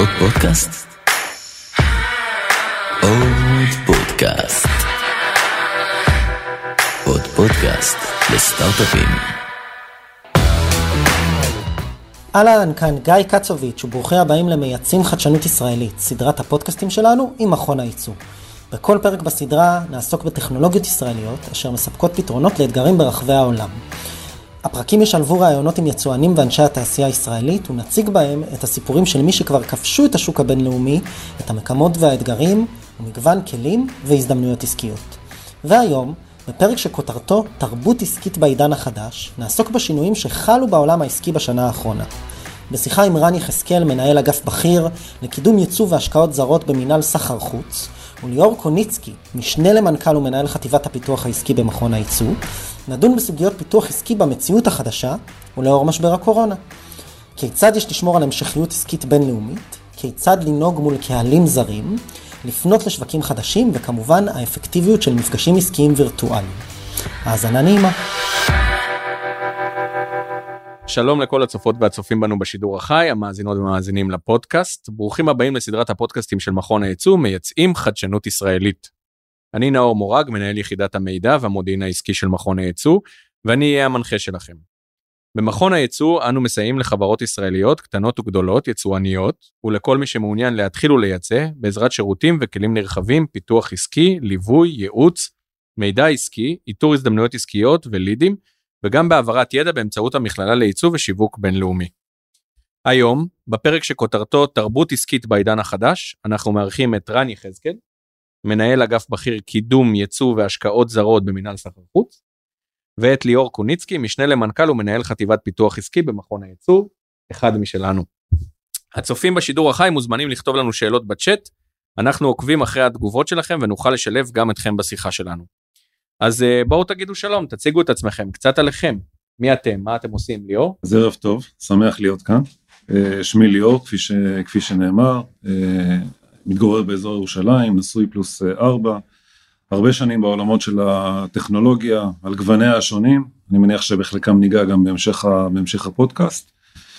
פודקאסט? עוד פודקאסט. עוד פודקאסט לסטארט-אפים. אהלן, כאן גיא קצוביץ' וברוכים הבאים למייצאים חדשנות ישראלית, סדרת הפודקאסטים שלנו עם מכון הייצוא. בכל פרק בסדרה נעסוק בטכנולוגיות ישראליות אשר מספקות פתרונות לאתגרים ברחבי העולם. הפרקים ישלבו רעיונות עם יצואנים ואנשי התעשייה הישראלית ונציג בהם את הסיפורים של מי שכבר כבשו את השוק הבינלאומי, את המקמות והאתגרים ומגוון כלים והזדמנויות עסקיות. והיום, בפרק שכותרתו תרבות עסקית בעידן החדש, נעסוק בשינויים שחלו בעולם העסקי בשנה האחרונה. בשיחה עם רני חזקאל, מנהל אגף בכיר לקידום ייצוא והשקעות זרות במינהל סחר חוץ, וליאור קוניצקי, משנה למנכ"ל ומנהל חטיבת הפיתוח העסקי במכון הייצוא, נדון בסוגיות פיתוח עסקי במציאות החדשה ולאור משבר הקורונה. כיצד יש לשמור על המשכיות עסקית בינלאומית, כיצד לנהוג מול קהלים זרים, לפנות לשווקים חדשים וכמובן האפקטיביות של מפגשים עסקיים וירטואליים. האזנה נעימה. שלום לכל הצופות והצופים בנו בשידור החי, המאזינות ומאזינים לפודקאסט. ברוכים הבאים לסדרת הפודקאסטים של מכון הייצוא, מייצאים חדשנות ישראלית. אני נאור מורג, מנהל יחידת המידע והמודיעין העסקי של מכון הייצוא, ואני אהיה המנחה שלכם. במכון הייצוא אנו מסייעים לחברות ישראליות קטנות וגדולות, יצואניות, ולכל מי שמעוניין להתחיל ולייצא, בעזרת שירותים וכלים נרחבים, פיתוח עסקי, ליווי, ייעוץ, מידע עסקי, איתור הזדמנויות עסקיות ולידים, וגם בהעברת ידע באמצעות המכללה לייצוא ושיווק בינלאומי. היום, בפרק שכותרתו תרבות עסקית בעידן החדש, אנחנו מארחים את רני חזקאל, מנהל אגף בכיר קידום ייצוא והשקעות זרות במינהל סחר חוץ, ואת ליאור קוניצקי, משנה למנכ"ל ומנהל חטיבת פיתוח עסקי במכון הייצוא, אחד משלנו. הצופים בשידור החי מוזמנים לכתוב לנו שאלות בצ'אט, אנחנו עוקבים אחרי התגובות שלכם ונוכל לשלב גם אתכם בשיחה שלנו. אז בואו תגידו שלום, תציגו את עצמכם, קצת עליכם. מי אתם? מה אתם עושים, ליאור? אז ערב טוב, שמח להיות כאן. שמי ליאור, כפי שנאמר, מתגורר באזור ירושלים, נשוי +4, הרבה שנים בעולמות של הטכנולוגיה, על גווניה השונים, אני מניח שבחלקם ניגע גם בהמשך הפודקאסט.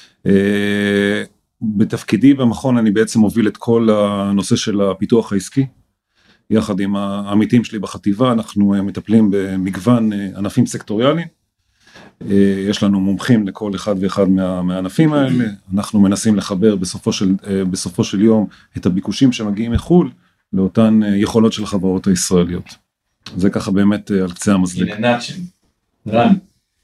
בתפקידי במכון אני בעצם מוביל את כל הנושא של הפיתוח העסקי, יחד עם העמיתים שלי בחטיבה, אנחנו מטפלים במגוון ענפים סקטוריאליים, יש לנו מומחים לכל אחד ואחד מהענפים האלה, אנחנו מנסים לחבר בסופו של יום את הביקושים שמגיעים מחול, לאותן יכולות של החברות הישראליות. זה ככה באמת על קצה המזלג. רן.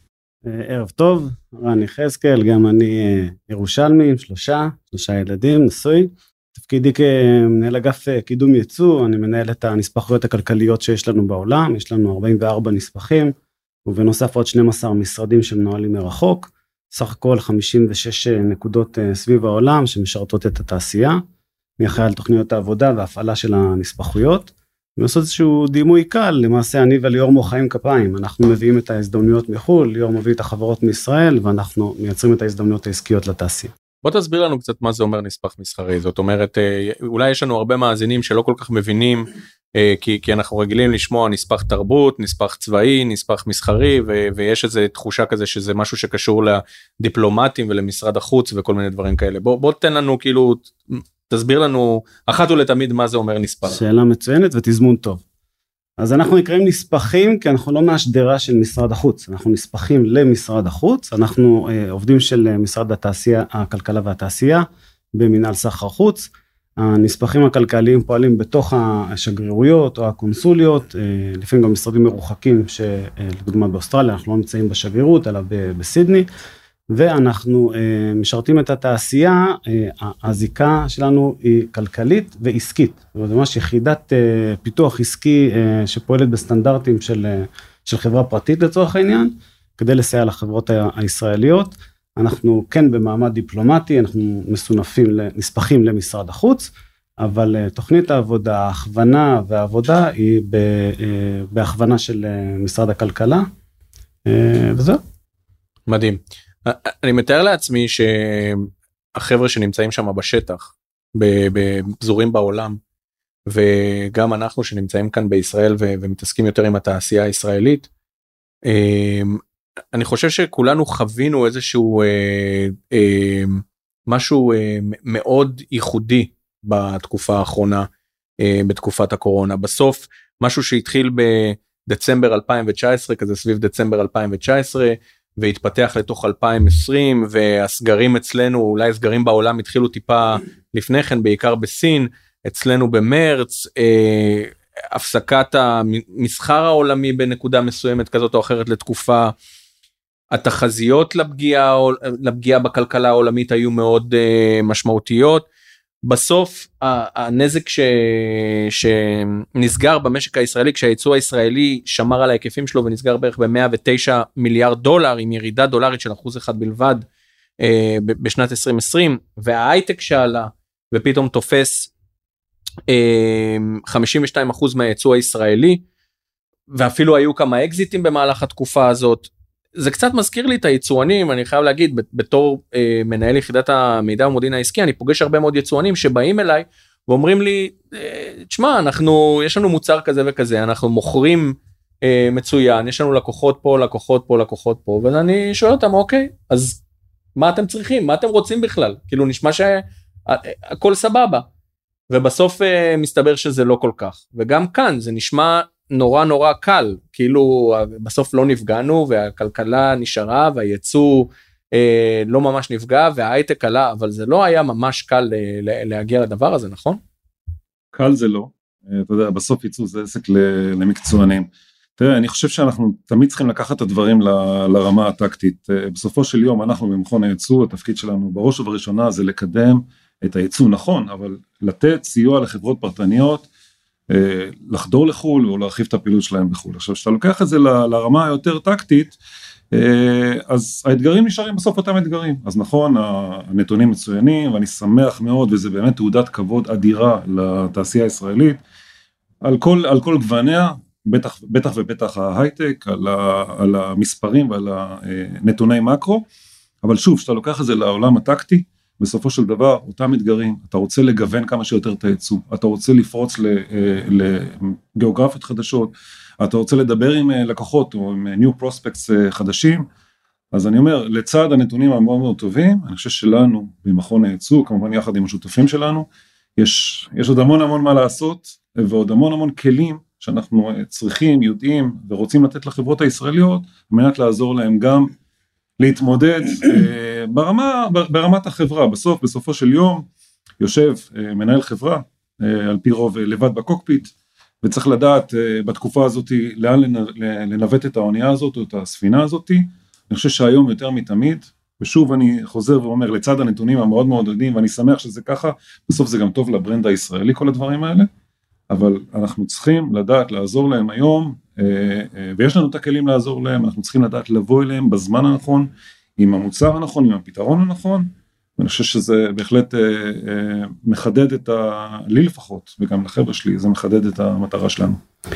ערב טוב, רני חזקאל, גם אני ירושלמי, שלושה ילדים, נשוי. תפקידי כמנהל אגף קידום ייצוא, אני מנהל את הנספחויות הכלכליות שיש לנו בעולם, יש לנו 44 נספחים, ובנוסף עוד 12 משרדים שמנוהלים מרחוק, סך הכל 56 נקודות סביב העולם שמשרתות את התעשייה, אני אחראי על תוכניות העבודה וההפעלה של הנספחויות, ולעשות איזשהו דימוי קל, למעשה אני וליאור מוחאים כפיים, אנחנו מביאים את ההזדמנויות מחול, ליאור מביא את החברות מישראל, ואנחנו מייצרים את ההזדמנויות העסקיות לתעשייה. בוא תסביר לנו קצת מה זה אומר נספח מסחרי, זאת אומרת, אולי יש לנו הרבה מאזינים שלא כל כך מבינים, כי אנחנו רגילים לשמוע נספח תרבות, נספח צבאי, נספח מסחרי, ויש איזו תחושה כזה שזה משהו שקשור לדיפלומטים ולמשרד החוץ וכל מיני דברים כאלה. בוא תן לנו כאילו, תסביר לנו אחת ולתמיד מה זה אומר נספח. שאלה מצוינת ותזמון טוב. אז אנחנו נקראים נספחים, כי אנחנו לא מהשדרה של משרד החוץ, אנחנו נספחים למשרד החוץ, אנחנו עובדים של משרד התעשייה, הכלכלה והתעשייה, במינהל סחר חוץ, הנספחים הכלכליים פועלים בתוך השגרירויות או הקונסוליות, לפעמים גם משרדים מרוחקים, שלדוגמה באוסטרליה, אנחנו לא נמצאים בשגרירות, אלא בסידני, ואנחנו משרתים את התעשייה, הזיקה שלנו היא כלכלית ועסקית, זאת ממש יחידת פיתוח עסקי שפועלת בסטנדרטים של חברה פרטית לצורך העניין, כדי לסייע לחברות הישראליות, אנחנו כן במעמד דיפלומטי, אנחנו נספחים למשרד החוץ, אבל תוכנית העבודה, ההכוונה והעבודה היא בהכוונה של משרד הכלכלה, וזהו. מדהים. אני מתאר לעצמי שהחבר'ה שנמצאים שם בשטח, בפזורים בעולם, וגם אנחנו שנמצאים כאן בישראל ומתעסקים יותר עם התעשייה הישראלית, אני חושב שכולנו חווינו איזשהו משהו מאוד ייחודי בתקופה האחרונה, בתקופת הקורונה. בסוף משהו שהתחיל בדצמבר 2019, כזה סביב דצמבר 2019, והתפתח לתוך 2020, והסגרים אצלנו, אולי הסגרים בעולם התחילו טיפה לפני כן, בעיקר בסין, אצלנו במרץ, הפסקת המסחר העולמי בנקודה מסוימת כזאת או אחרת לתקופה, התחזיות לפגיעה בכלכלה העולמית היו מאוד משמעותיות, בסוף הנזק שנסגר במשק הישראלי, כשהייצוא הישראלי שמר על ההיקפים שלו ונסגר בערך ב-109 מיליארד דולר, עם ירידה דולרית של 1% בלבד בשנת 2020, וההייטק שעלה ופתאום תופס 52% מהייצוא הישראלי, ואפילו היו כמה אקזיטים במהלך התקופה הזאת, זה קצת מזכיר לי את היצואנים, אני חייב להגיד, בתור מנהל יחידת המידע ומודיעין העסקי, אני פוגש הרבה מאוד יצואנים שבאים אליי, ואומרים לי, תשמע, יש לנו מוצר כזה וכזה, אנחנו מוכרים מצוין, יש לנו לקוחות פה, לקוחות פה, ואני שואל אותם, אוקיי, אז מה אתם צריכים? מה אתם רוצים בכלל? כאילו נשמע שהכל סבבה, ובסוף מסתבר שזה לא כל כך, וגם כאן זה נשמע נורא קל, כאילו בסוף לא נפגענו, והכלכלה נשארה, והייצוא לא ממש נפגע, וההייטק עלה, אבל זה לא היה ממש קל להגיע לדבר הזה, נכון? קל זה לא, אתה יודע, בסוף ייצוא זה עסק למקצוענים. תראה, אני חושב שאנחנו תמיד צריכים לקחת את הדברים לרמה הטקטית. בסופו של יום אנחנו במכון הייצוא, התפקיד שלנו בראש ובראשונה זה לקדם את הייצוא, נכון, אבל לתת סיוע לחברות פרטניות, לחדור לחול או להרחיב את הפעילות שלהם בחול. עכשיו, שאתה לוקח את זה לרמה היותר טקטית, אז האתגרים נשארים בסוף אותם אתגרים. אז נכון, הנתונים מצוינים, ואני שמח מאוד, וזה באמת תעודת כבוד אדירה לתעשייה הישראלית, על כל גווניה, בטח ובטח ההייטק, על המספרים ועל הנתוני מקרו, אבל שוב, שאתה לוקח את זה לעולם הטקטי, בסופו של דבר, אותם אתגרים, אתה רוצה לגוון כמה שיותר את הייצוא, אתה רוצה לפרוץ לגיאוגרפיות חדשות, אתה רוצה לדבר עם לקוחות או עם new prospects חדשים, אז אני אומר, לצד הנתונים המאוד מאוד טובים, אני חושב שלנו במכון הייצוא, כמובן יחד עם השותפים שלנו, יש עוד המון מה לעשות, ועוד המון כלים שאנחנו צריכים, יודעים ורוצים לתת לחברות הישראליות, על מנת לעזור להם גם להתמודד ברמת החברה. בסופו של יום יושב מנהל חברה, על פי רוב לבד בקוקפיט, וצריך לדעת בתקופה הזאת לאן לנווט את האונייה הזאת או את הספינה הזאת. אני חושב שהיום יותר מתמיד, ושוב אני חוזר ואומר, לצד הנתונים המאוד מאוד עדים, ואני שמח שזה ככה, בסוף זה גם טוב לברנד הישראלי כל הדברים האלה, אבל אנחנו צריכים לדעת לעזור להם היום, ויש לנו את הכלים לעזור להם, אנחנו צריכים לדעת לבוא אליהם בזמן הנכון, עם המוצר הנכון, עם הפתרון הנכון, ואני חושב שזה בהחלט מחדד לי לפחות, וגם לחבר'ה שלי, זה מחדד את המטרה שלנו.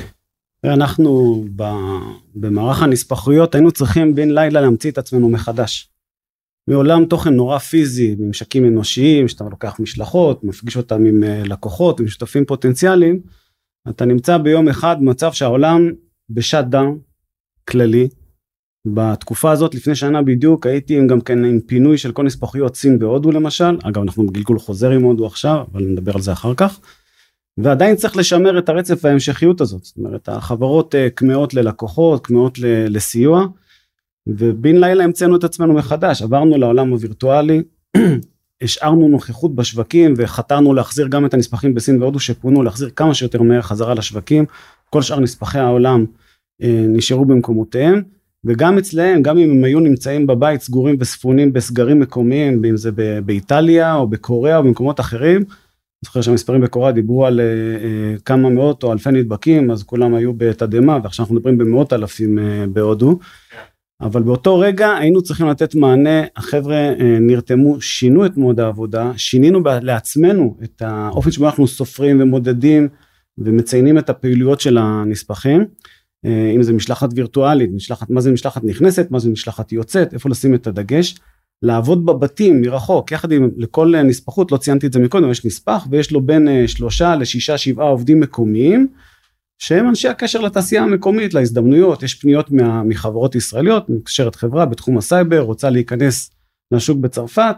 אנחנו במערך הנספחויות, היינו צריכים בין לילה להמציא את עצמנו מחדש. מעולם תוכן נורא פיזי, ממשקים אנושיים, שאתה לוקח משלחות, מפגיש אותם עם לקוחות, עם שותפים פוטנציאליים, אתה נמצא ביום אחד במצב שהעולם בשט דאון כללי, בתקופה הזאת לפני שנה בדיוק, הייתי גם כן עם פינוי של כל נספחויות סין בהודו למשל, אגב אנחנו בגלגול חוזר עם הודו עכשיו, אבל נדבר על זה אחר כך, ועדיין צריך לשמר את הרצף וההמשכיות הזאת, זאת אומרת החברות כמאות ללקוחות, כמאות לסיוע, ובין לילה המצאנו את עצמנו מחדש, עברנו לעולם הווירטואלי, השארנו נוכחות בשווקים, וחתרנו להחזיר גם את הנספחים בסין והודו, שפונו להחזיר כמה שיותר מהר חזרה לשווקים, כל שאר נספחי העולם נשארו במקומותיהם, וגם אצלהם, גם אם הם היו נמצאים בבית סגורים וספונים בסגרים מקומיים, אם זה באיטליה או בקוריאה או במקומות אחרים, אני זוכר שהמספרים בקוריאה דיברו על כמה מאות או אלפי נדבקים, אז כולם היו בתדהמה, ועכשיו אנחנו מדברים במאות אלפים בהודו, אבל באותו רגע היינו צריכים לתת מענה, החבר'ה נרתמו, שינו את מוד העבודה, שינינו לעצמנו את האופן שבו אנחנו סופרים ומודדים, ומציינים את הפעילויות של הנספחים, אם זה משלחת וירטואלית, מה זה משלחת נכנסת, מה זה משלחת יוצאת, איפה לשים את הדגש, לעבוד בבתים מרחוק, יחד עם לכל נספחות, לא ציינתי את זה מקודם, יש נספח, ויש לו בין 3 ל6, 7 עובדים מקומיים, שהם אנשי הקשר לתעשייה המקומית, להזדמנויות, יש פניות מחברות ישראליות, מקשרת חברה בתחום הסייבר, רוצה להיכנס לשוק בצרפת,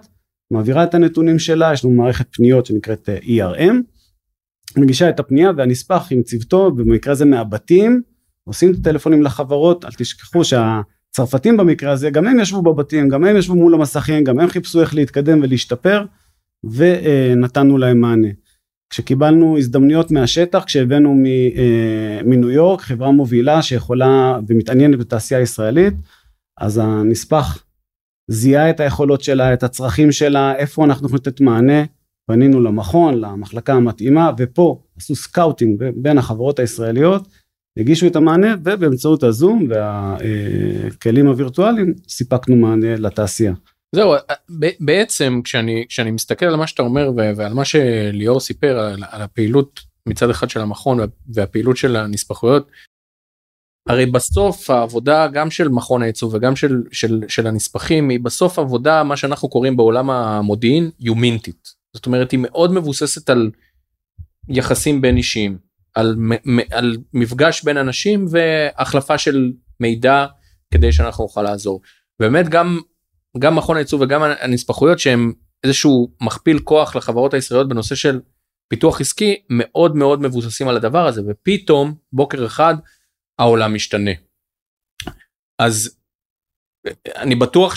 מעבירה את הנתונים שלה, יש לנו מערכת פניות שנקראת ERM, מגישה את הפנייה והנספח עם צוותו, במקרה הזה מהבתים, עושים את הטלפונים לחברות, אל תשכחו שהצרפתים במקרה הזה, גם הם ישבו בבתים, גם הם ישבו מול המסכים, גם הם חיפשו איך להתקדם ולהשתפר, ונתנו להם מענה. כשקיבלנו הזדמנויות מהשטח, כשהבאנו מניו יורק, חברה מובילה שיכולה ומתעניינת בתעשייה הישראלית, אז הנספח זיהה את היכולות שלה, את הצרכים שלה, איפה אנחנו יכולים לתת מענה, פנינו למכון, למחלקה המתאימה, ופה עשו סקאוטינג בין החברות הישראליות, הגישו את המענה, ובאמצעות הזום והכלים הווירטואליים, סיפקנו מענה לתעשייה. זהו, בעצם כשאני מסתכל על מה שאתה אומר, ועל מה שליאור סיפר, על הפעילות מצד אחד של המכון, והפעילות של הנספחויות, הרי בסוף העבודה גם של מכון הייצוא וגם של הנספחים, היא בסוף עבודה, מה שאנחנו קוראים בעולם המודיעין, יומינטית. זאת אומרת, היא מאוד מבוססת על יחסים בין אישיים, על מפגש בין אנשים והחלפה של מידע כדי שאנחנו נוכל לעזור. באמת גם מכון הייצוא וגם הנספחויות שהם איזשהו מכפיל כוח לחברות הישראליות בנושא של פיתוח עסקי, מאוד מאוד מבוססים על הדבר הזה, ופתאום בוקר אחד העולם משתנה. אז אני בטוח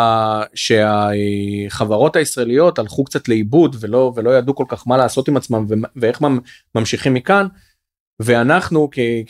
שהחברות הישראליות הלכו קצת לאיבוד ולא ידעו כל כך מה לעשות עם עצמם ואיך ממשיכים מכאן, ואנחנו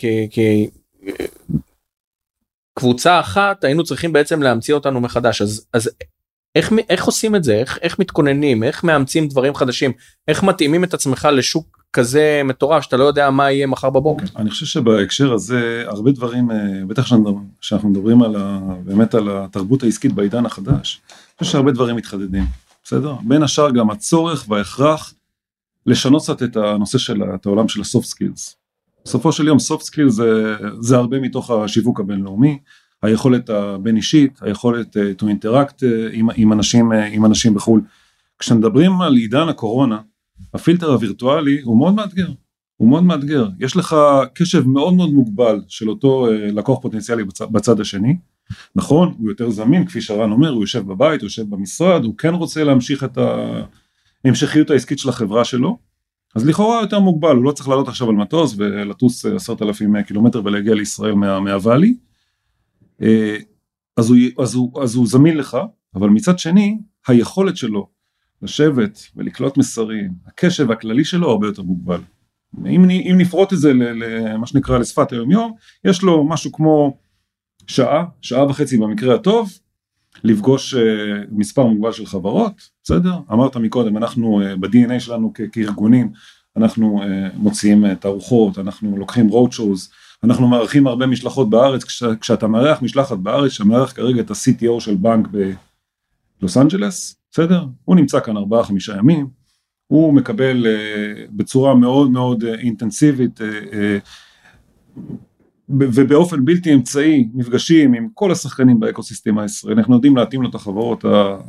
כקבוצה אחת היינו צריכים בעצם להמציא אותנו מחדש. אז איך עושים את זה? איך מתכוננים? איך מאמצים דברים חדשים? איך מתאימים את עצמך לשוק כזה מטורף שאתה לא יודע מה יהיה מחר בבוקר? אני חושב שבהקשר הזה הרבה דברים, בטח שאנחנו מדברים באמת על התרבות העסקית בעידן החדש, אני חושב שהרבה דברים מתחדדים, בסדר? בין השאר גם הצורך וההכרח לשנות קצת את הנושא את העולם של ה-soft skills. בסופו של יום soft skills זה הרבה מתוך השיווק הבינלאומי, היכולת הבין אישית, היכולת to interact עם אנשים בחול. כשנדברים על עידן הקורונה, הפילטר הווירטואלי הוא מאוד מאתגר, הוא מאוד מאתגר. יש לך קשב מאוד מאוד מוגבל של אותו לקוח פוטנציאלי בצד השני. נכון, הוא יותר זמין, כפי שרן אומר, הוא יושב בבית, הוא יושב במשרד, הוא כן רוצה להמשיך את ההמשכיות העסקית של החברה שלו, אז לכאורה יותר מוגבל, הוא לא צריך לעלות עכשיו על מטוס ולטוס 10,000 קילומטר ולהגיע לישראל מהוואלי, אז הוא זמין לך, אבל מצד שני, היכולת שלו לשבת ולקלוט מסרים, הקשב הכללי שלו הרבה יותר מוגבל. אם נפרוט את זה למה שנקרא לשפת היום יום, יש לו משהו כמו שעה וחצי במקרה הטוב, לפגוש מספר מוגבל של חברות, בסדר? אמרת מקודם, אנחנו ב-DNA שלנו כארגונים, אנחנו מוציאים תערוכות, אנחנו לוקחים road shows, אנחנו מארחים הרבה משלחות בארץ, כשאתה מארח משלחת בארץ, שמארח כרגע את ה-CTO של בנק בלוס אנג'לס, בסדר? הוא נמצא כאן 4-5 ימים, הוא מקבל בצורה מאוד מאוד אינטנסיבית, ובאופן בלתי אמצעי, מפגשים עם כל השחקנים באקוסיסטם הישראלי, אנחנו יודעים להתאים לו את החברות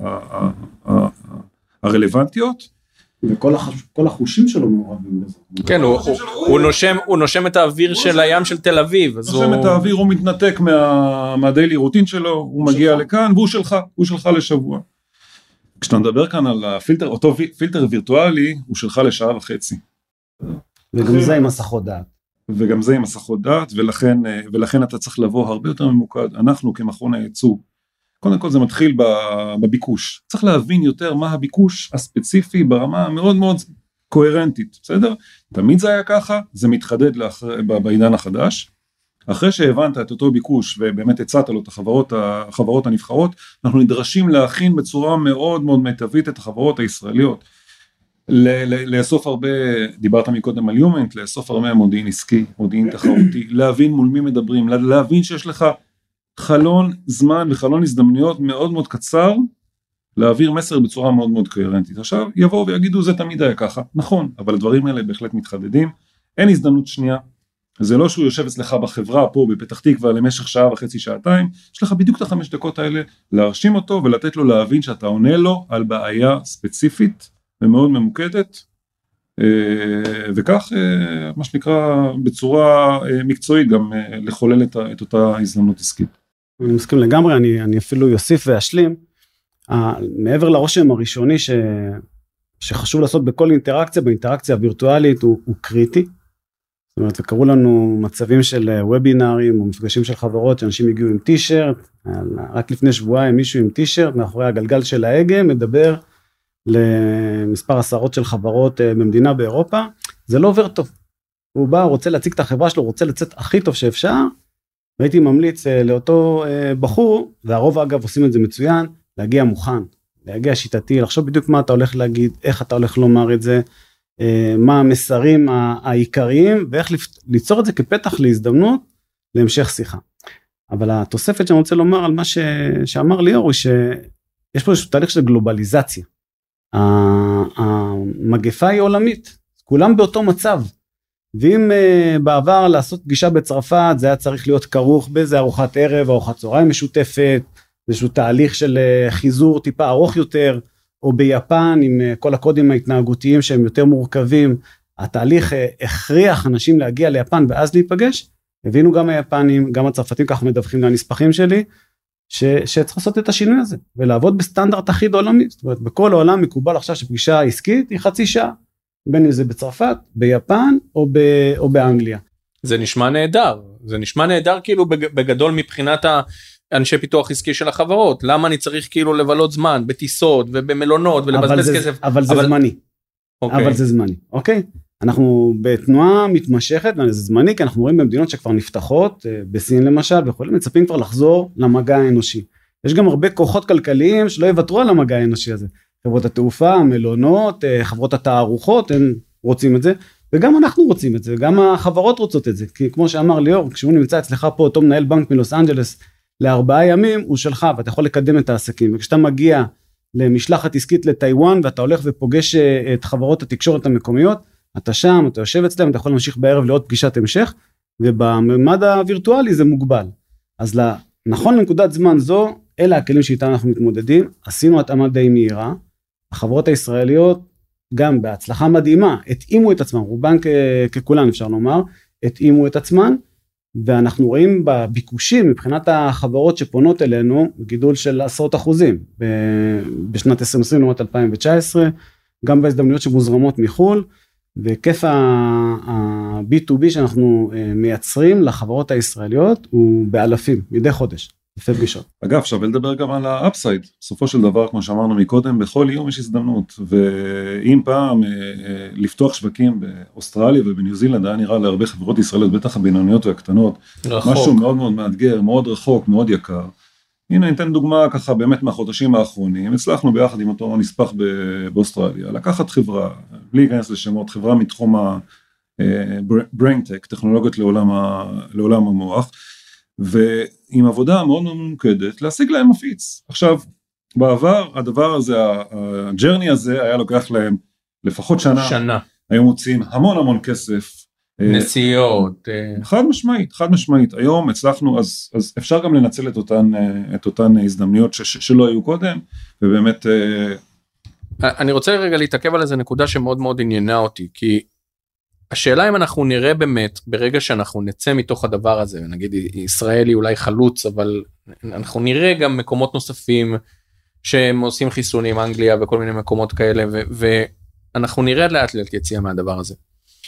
הרלוונטיות, וכל החושים שלו מעורבים לזה. כן, הוא נושם את האוויר של הים של תל אביב. נושם את האוויר, הוא מתנתק מהדיילי רוטין שלו, הוא מגיע לכאן, והוא שלך לשבוע. כשאתה מדבר כאן על הפילטר, אותו פילטר וירטואלי, הוא שלך לשעה וחצי. וגם זה עם מסכות דעת. ולכן אתה צריך לבוא הרבה יותר ממוקד. אנחנו כמכון הייצוא, קודם כל זה מתחיל בביקוש. צריך להבין יותר מה הביקוש הספציפי ברמה מאוד מאוד קוהרנטית, בסדר? תמיד זה היה ככה, זה מתחדד בעידן החדש. אחרי שהבנת את אותו ביקוש ובאמת הצעת לו את החברות הנבחרות, אנחנו נדרשים להכין בצורה מאוד מאוד מיטבית את החברות הישראליות. לאסוף הרבה, דיברת מקודם על יומנט, לאסוף הרבה מודיעין עסקי, מודיעין תחרותי, להבין מול מי מדברים, להבין שיש לך חלון זמן וחלון הזדמנויות מאוד מאוד קצר, להעביר מסר בצורה מאוד מאוד קוהרנטית. עכשיו יבואו ויגידו זה תמיד היה ככה, נכון, אבל הדברים האלה בהחלט מתחדדים, אין הזדמנות שנייה, זה לא שהוא יושב אצלך בחברה פה בפתח תקווה למשך שעה וחצי, שעתיים, יש לך בדיוק את 5 דקות האלה להרשים אותו ולתת לו להבין שאתה עונה לו על בעיה ספציפית ומאוד ממוקדת, וכך מה שנקרא בצורה מקצועית גם לחולל את אותה הזדמנות עסקית. אני מסכים לגמרי, אני אפילו יוסיף ואשלים, מעבר לרושם הראשוני שחשוב לעשות בכל אינטראקציה, באינטראקציה הווירטואלית הוא קריטי. זאת אומרת, וקראו לנו מצבים של וובינרים או מפגשים של חברות, שאנשים הגיעו עם טישרט, רק לפני שבועיים מישהו עם טישרט, מאחורי הגלגל של ההגה, מדבר למספר עשרות של חברות במדינה באירופה, זה לא עובר טוב. הוא בא, רוצה להציג את החברה שלו, רוצה לצאת הכי טוב שאפשר, והייתי ממליץ לאותו בחור, והרוב אגב עושים את זה מצוין, להגיע מוכן, להגיע שיטתי, לחשוב בדיוק מה אתה הולך להגיד, איך אתה הולך לומר את זה, מה המסרים העיקריים, ואיך ליצור את זה כפתח להזדמנות, להמשך שיחה. אבל התוספת שאני רוצה לומר על מה שאמר ליאור, הוא שיש פה איזשהו תהליך של גלובליזציה. המגפה היא עולמית, כולם באותו מצב, ואם בעבר לעשות פגישה בצרפת, זה היה צריך להיות כרוך באיזה ארוחת ערב, ארוחת צהריים משותפת, איזשהו תהליך של חיזור טיפה ארוך יותר, או ביפן עם כל הקודים ההתנהגותיים שהם יותר מורכבים, התהליך הכריח אנשים להגיע ליפן ואז להיפגש, הבינו גם היפנים, גם הצרפתים, כך מדווחים לנספחים שלי, שצריך לעשות את השינוי הזה, ולעבוד בסטנדרט אחיד עולמי, זאת אומרת, בכל העולם מקובל עכשיו שפגישה עסקית היא חצי שעה, בין אם זה בצרפת, ביפן או באנגליה. זה נשמע נהדר, זה נשמע נהדר כאילו בגדול מבחינת אנשי פיתוח עסקי של החברות, למה אני צריך כאילו לבלות זמן בטיסות ובמלונות ולבזבז כסף? אבל זה זמני, אבל זה זמני, אוקיי? אנחנו בתנועה מתמשכת, וזה זמני, כי אנחנו רואים במדינות שכבר נפתחות, בסין למשל, ויכולים מצפים כבר לחזור למגע האנושי. יש גם הרבה כוחות כלכליים שלא יוותרו על המגע האנושי הזה. חברות התעופה, המלונות, חברות התערוכות, הם רוצים את זה, וגם אנחנו רוצים את זה, וגם החברות רוצות את זה, כי כמו שאמר ליאור, כשהוא נמצא אצלך פה, אותו מנהל בנק מלוס אנג'לס, ל4 ימים, הוא שלך, ואתה יכול לקדם את העסקים, וכשאתה מגיע למשלחת עסקית לטיואן, ואתה הולך ופוגש את חברות התקשורת המקומיות, אתה שם, אתה יושב אצלם, אתה יכול להמשיך בערב לעוד פגישת המשך, ובממד הווירטואלי זה מוגבל. אז נכון לנקודת זמן זו, אלה הכלים שאיתם אנחנו מתמודדים, עשינו התאמה די מהירה, החברות הישראליות, גם בהצלחה מדהימה, התאימו את עצמם, רובן ככולן אפשר לומר, התאימו את עצמן, ואנחנו רואים בביקושים, מבחינת החברות שפונות אלינו, גידול של 10%, בשנת 2020 לעומת 2019, גם בהזדמנויות שמוזרמות מחול, וכיף ה-B2B שאנחנו מייצרים לחברות הישראליות, הוא באלפים, מדי חודש. לפי פגישות. אגב, שווה לדבר גם על האפסייד, בסופו של דבר, כמו שאמרנו מקודם, בכל יום יש הזדמנות, ואם פעם לפתוח שווקים באוסטרליה ובניו זילנד, היה נראה להרבה חברות ישראליות, בטח הבינוניות והקטנות, משהו מאוד מאוד מאתגר, מאוד רחוק, מאוד יקר. הנה, ניתן דוגמה ככה באמת מהחודשים האחרונים, הצלחנו ביחד עם אותו נספח באוסטרליה, לקחת חברה, בלי להיכנס לשמות, חברה מתחום ה-brain tech, טכנולוגיות לעולם המוח, ועם עבודה מאוד ממוקדת, להשיג להם מפיץ. עכשיו, בעבר, הדבר הזה, הג'רני הזה, היה לוקח להם לפחות שנה. היו מוצאים המון כסף. נסיעות. חד משמעית. היום הצלחנו, אז אפשר גם לנצל את אותן הזדמנויות שלא היו קודם, ובאמת... אני רוצה רגע להתעכב על איזה נקודה שמאוד מאוד עניינה אותי, כי השאלה אם אנחנו נראה באמת, ברגע שאנחנו נצא מתוך הדבר הזה, נגיד ישראל היא אולי חלוץ, אבל אנחנו נראה גם מקומות נוספים, שהם עושים חיסונים, אנגליה וכל מיני מקומות כאלה, ואנחנו נראה לאט לאט יציאה מהדבר הזה.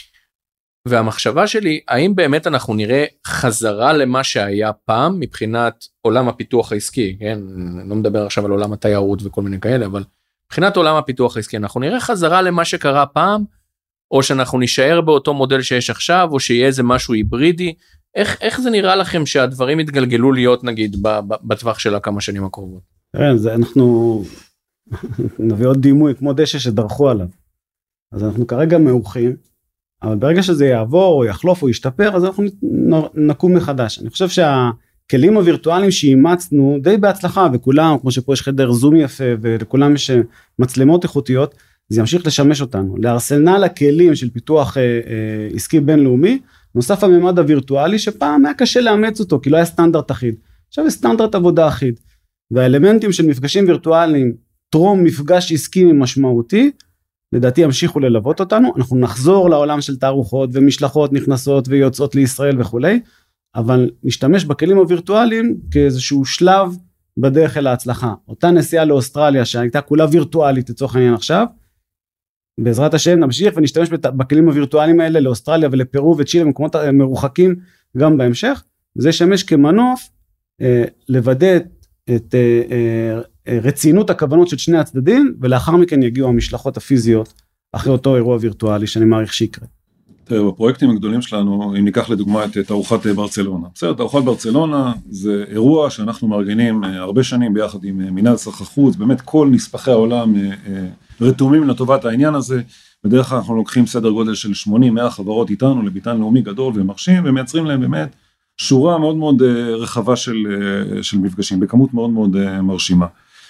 והמחשבה שלי, האם באמת אנחנו נראה חזרה למה שהיה פעם, מבחינת עולם הפיתוח העסקי, כן? אני לא מדבר עכשיו על עולם התיירות וכל מיני כאלה, אבל מבחינת עולם הפיתוח העסקי, אנחנו נראה חזרה למה שקרה פעם, או שאנחנו נשאר באותו מודל שיש עכשיו, או שיהיה איזה משהו היברידי, איך זה נראה לכם שהדברים יתגלגלו להיות, נגיד, בטווח של כמה שנים הקרובות? אנחנו נביא עוד דימוי, כמו דשא שדרכו עליו. אז אנחנו כרגע מעורכים, אבל ברגע שזה יעבור, או יחלוף, או ישתפר, אז אנחנו נקום מחדש. אני חושב שהכלים הווירטואליים שאימצנו, די בהצלחה, וכולם, כמו שפה יש חדר זום יפה, ולכולם יש מצלמות איכותיות, זה ימשיך לשמש אותנו, לארסנל הכלים של פיתוח עסקי בינלאומי, נוסף הממד הווירטואלי, שפעם היה קשה לאמץ אותו, כי לא היה סטנדרט אחיד, עכשיו יש סטנדרט עבודה אחיד, והאלמנטים של מפגשים וירטואליים, טרום מפגש עסקי משמעותי, לדעתי ימשיכו ללוות אותנו, אנחנו נחזור לעולם של תערוכות, ומשלחות נכנסות ויוצאות לישראל וכו', אבל נשתמש בכלים הווירטואליים, כאיזשהו שלב בדרך אל ההצלחה. אותה נסיעה לאוסטרליה שהייתה כולה וירטואלית לצורך העניין עכשיו, בעזרת השם נמשיך ונשתמש בכלים הווירטואליים האלה לאוסטרליה ולפרו וצ'ילה במקומות מרוחקים גם בהמשך, וזה ישמש כמנוף לוודא את רצינות הכוונות של שני הצדדים, ולאחר מכן יגיעו המשלחות הפיזיות אחרי אותו אירוע וירטואלי שאני מעריך שיקרה. תראה, בפרויקטים הגדולים שלנו, אם ניקח לדוגמה את תערוכת ברצלונה. בסדר, תערוכת ברצלונה זה אירוע שאנחנו מארגנים הרבה שנים ביחד עם מינהל סחר חוץ, באמת כל נספחי העולם רתומים לטובת העניין הזה, בדרך כלל אנחנו לוקחים סדר גודל של 80-100 חברות איתנו לביתן לאומי גדול ומרשים, ומייצרים להם באמת שורה מאוד מאוד רחבה של מפגשים, בכמות מאוד מאוד מרשימה.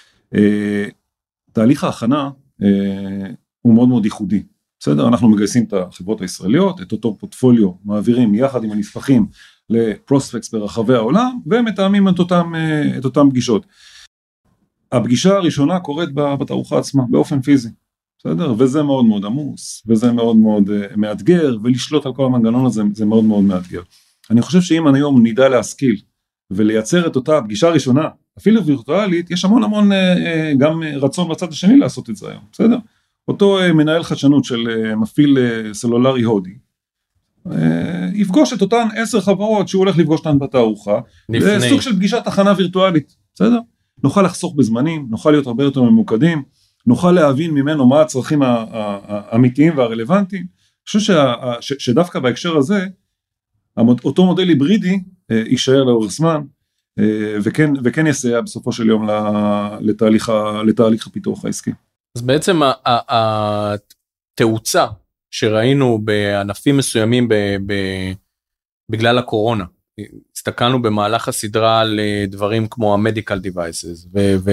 תהליך ההכנה הוא מאוד מאוד ייחודי. בסדר, אנחנו מגייסים את החברות הישראליות, את אותו פורטפוליו, מעבירים יחד עם הנספחים לפרוספקס ברחבי העולם, ומתאמים את אותם פגישות. הפגישה הראשונה קורית בתערוכה עצמה, באופן פיזי, בסדר? וזה מאוד מאוד עמוס, וזה מאוד מאוד מאתגר, ולשלוט על כל המנגנון הזה, זה מאוד מאוד מאתגר. אני חושב שאם היום נדע להשכיל, ולייצר את אותה פגישה ראשונה, אפילו וירטואלית, יש המון גם רצון בצד השני לעשות את זה היום, בסדר? אותו מנהל חדשנות של מפעיל סלולרי הודי, יפגוש את אותן 10 חברות שהוא הולך לפגוש אותן בתערוכה, זה סוג של פגישת הכנה וירטואלית, בסדר? נוכל לחסוך בזמנים, נוכל להיות הרבה יותר ממוקדים, נוכל להבין ממנו מה הצרכים האמיתיים והרלוונטיים. אני חושב שדווקא בהקשר הזה, אותו מודל היברידי יישאר לאורך זמן, וכן יסייע בסופו של יום לתהליך הפיתוח העסקי. אז בעצם התאוצה שראינו בענפים מסוימים בגלל הקורונה, הסתכלנו במהלך הסדרה לדברים כמו המדיקל דיווייסס,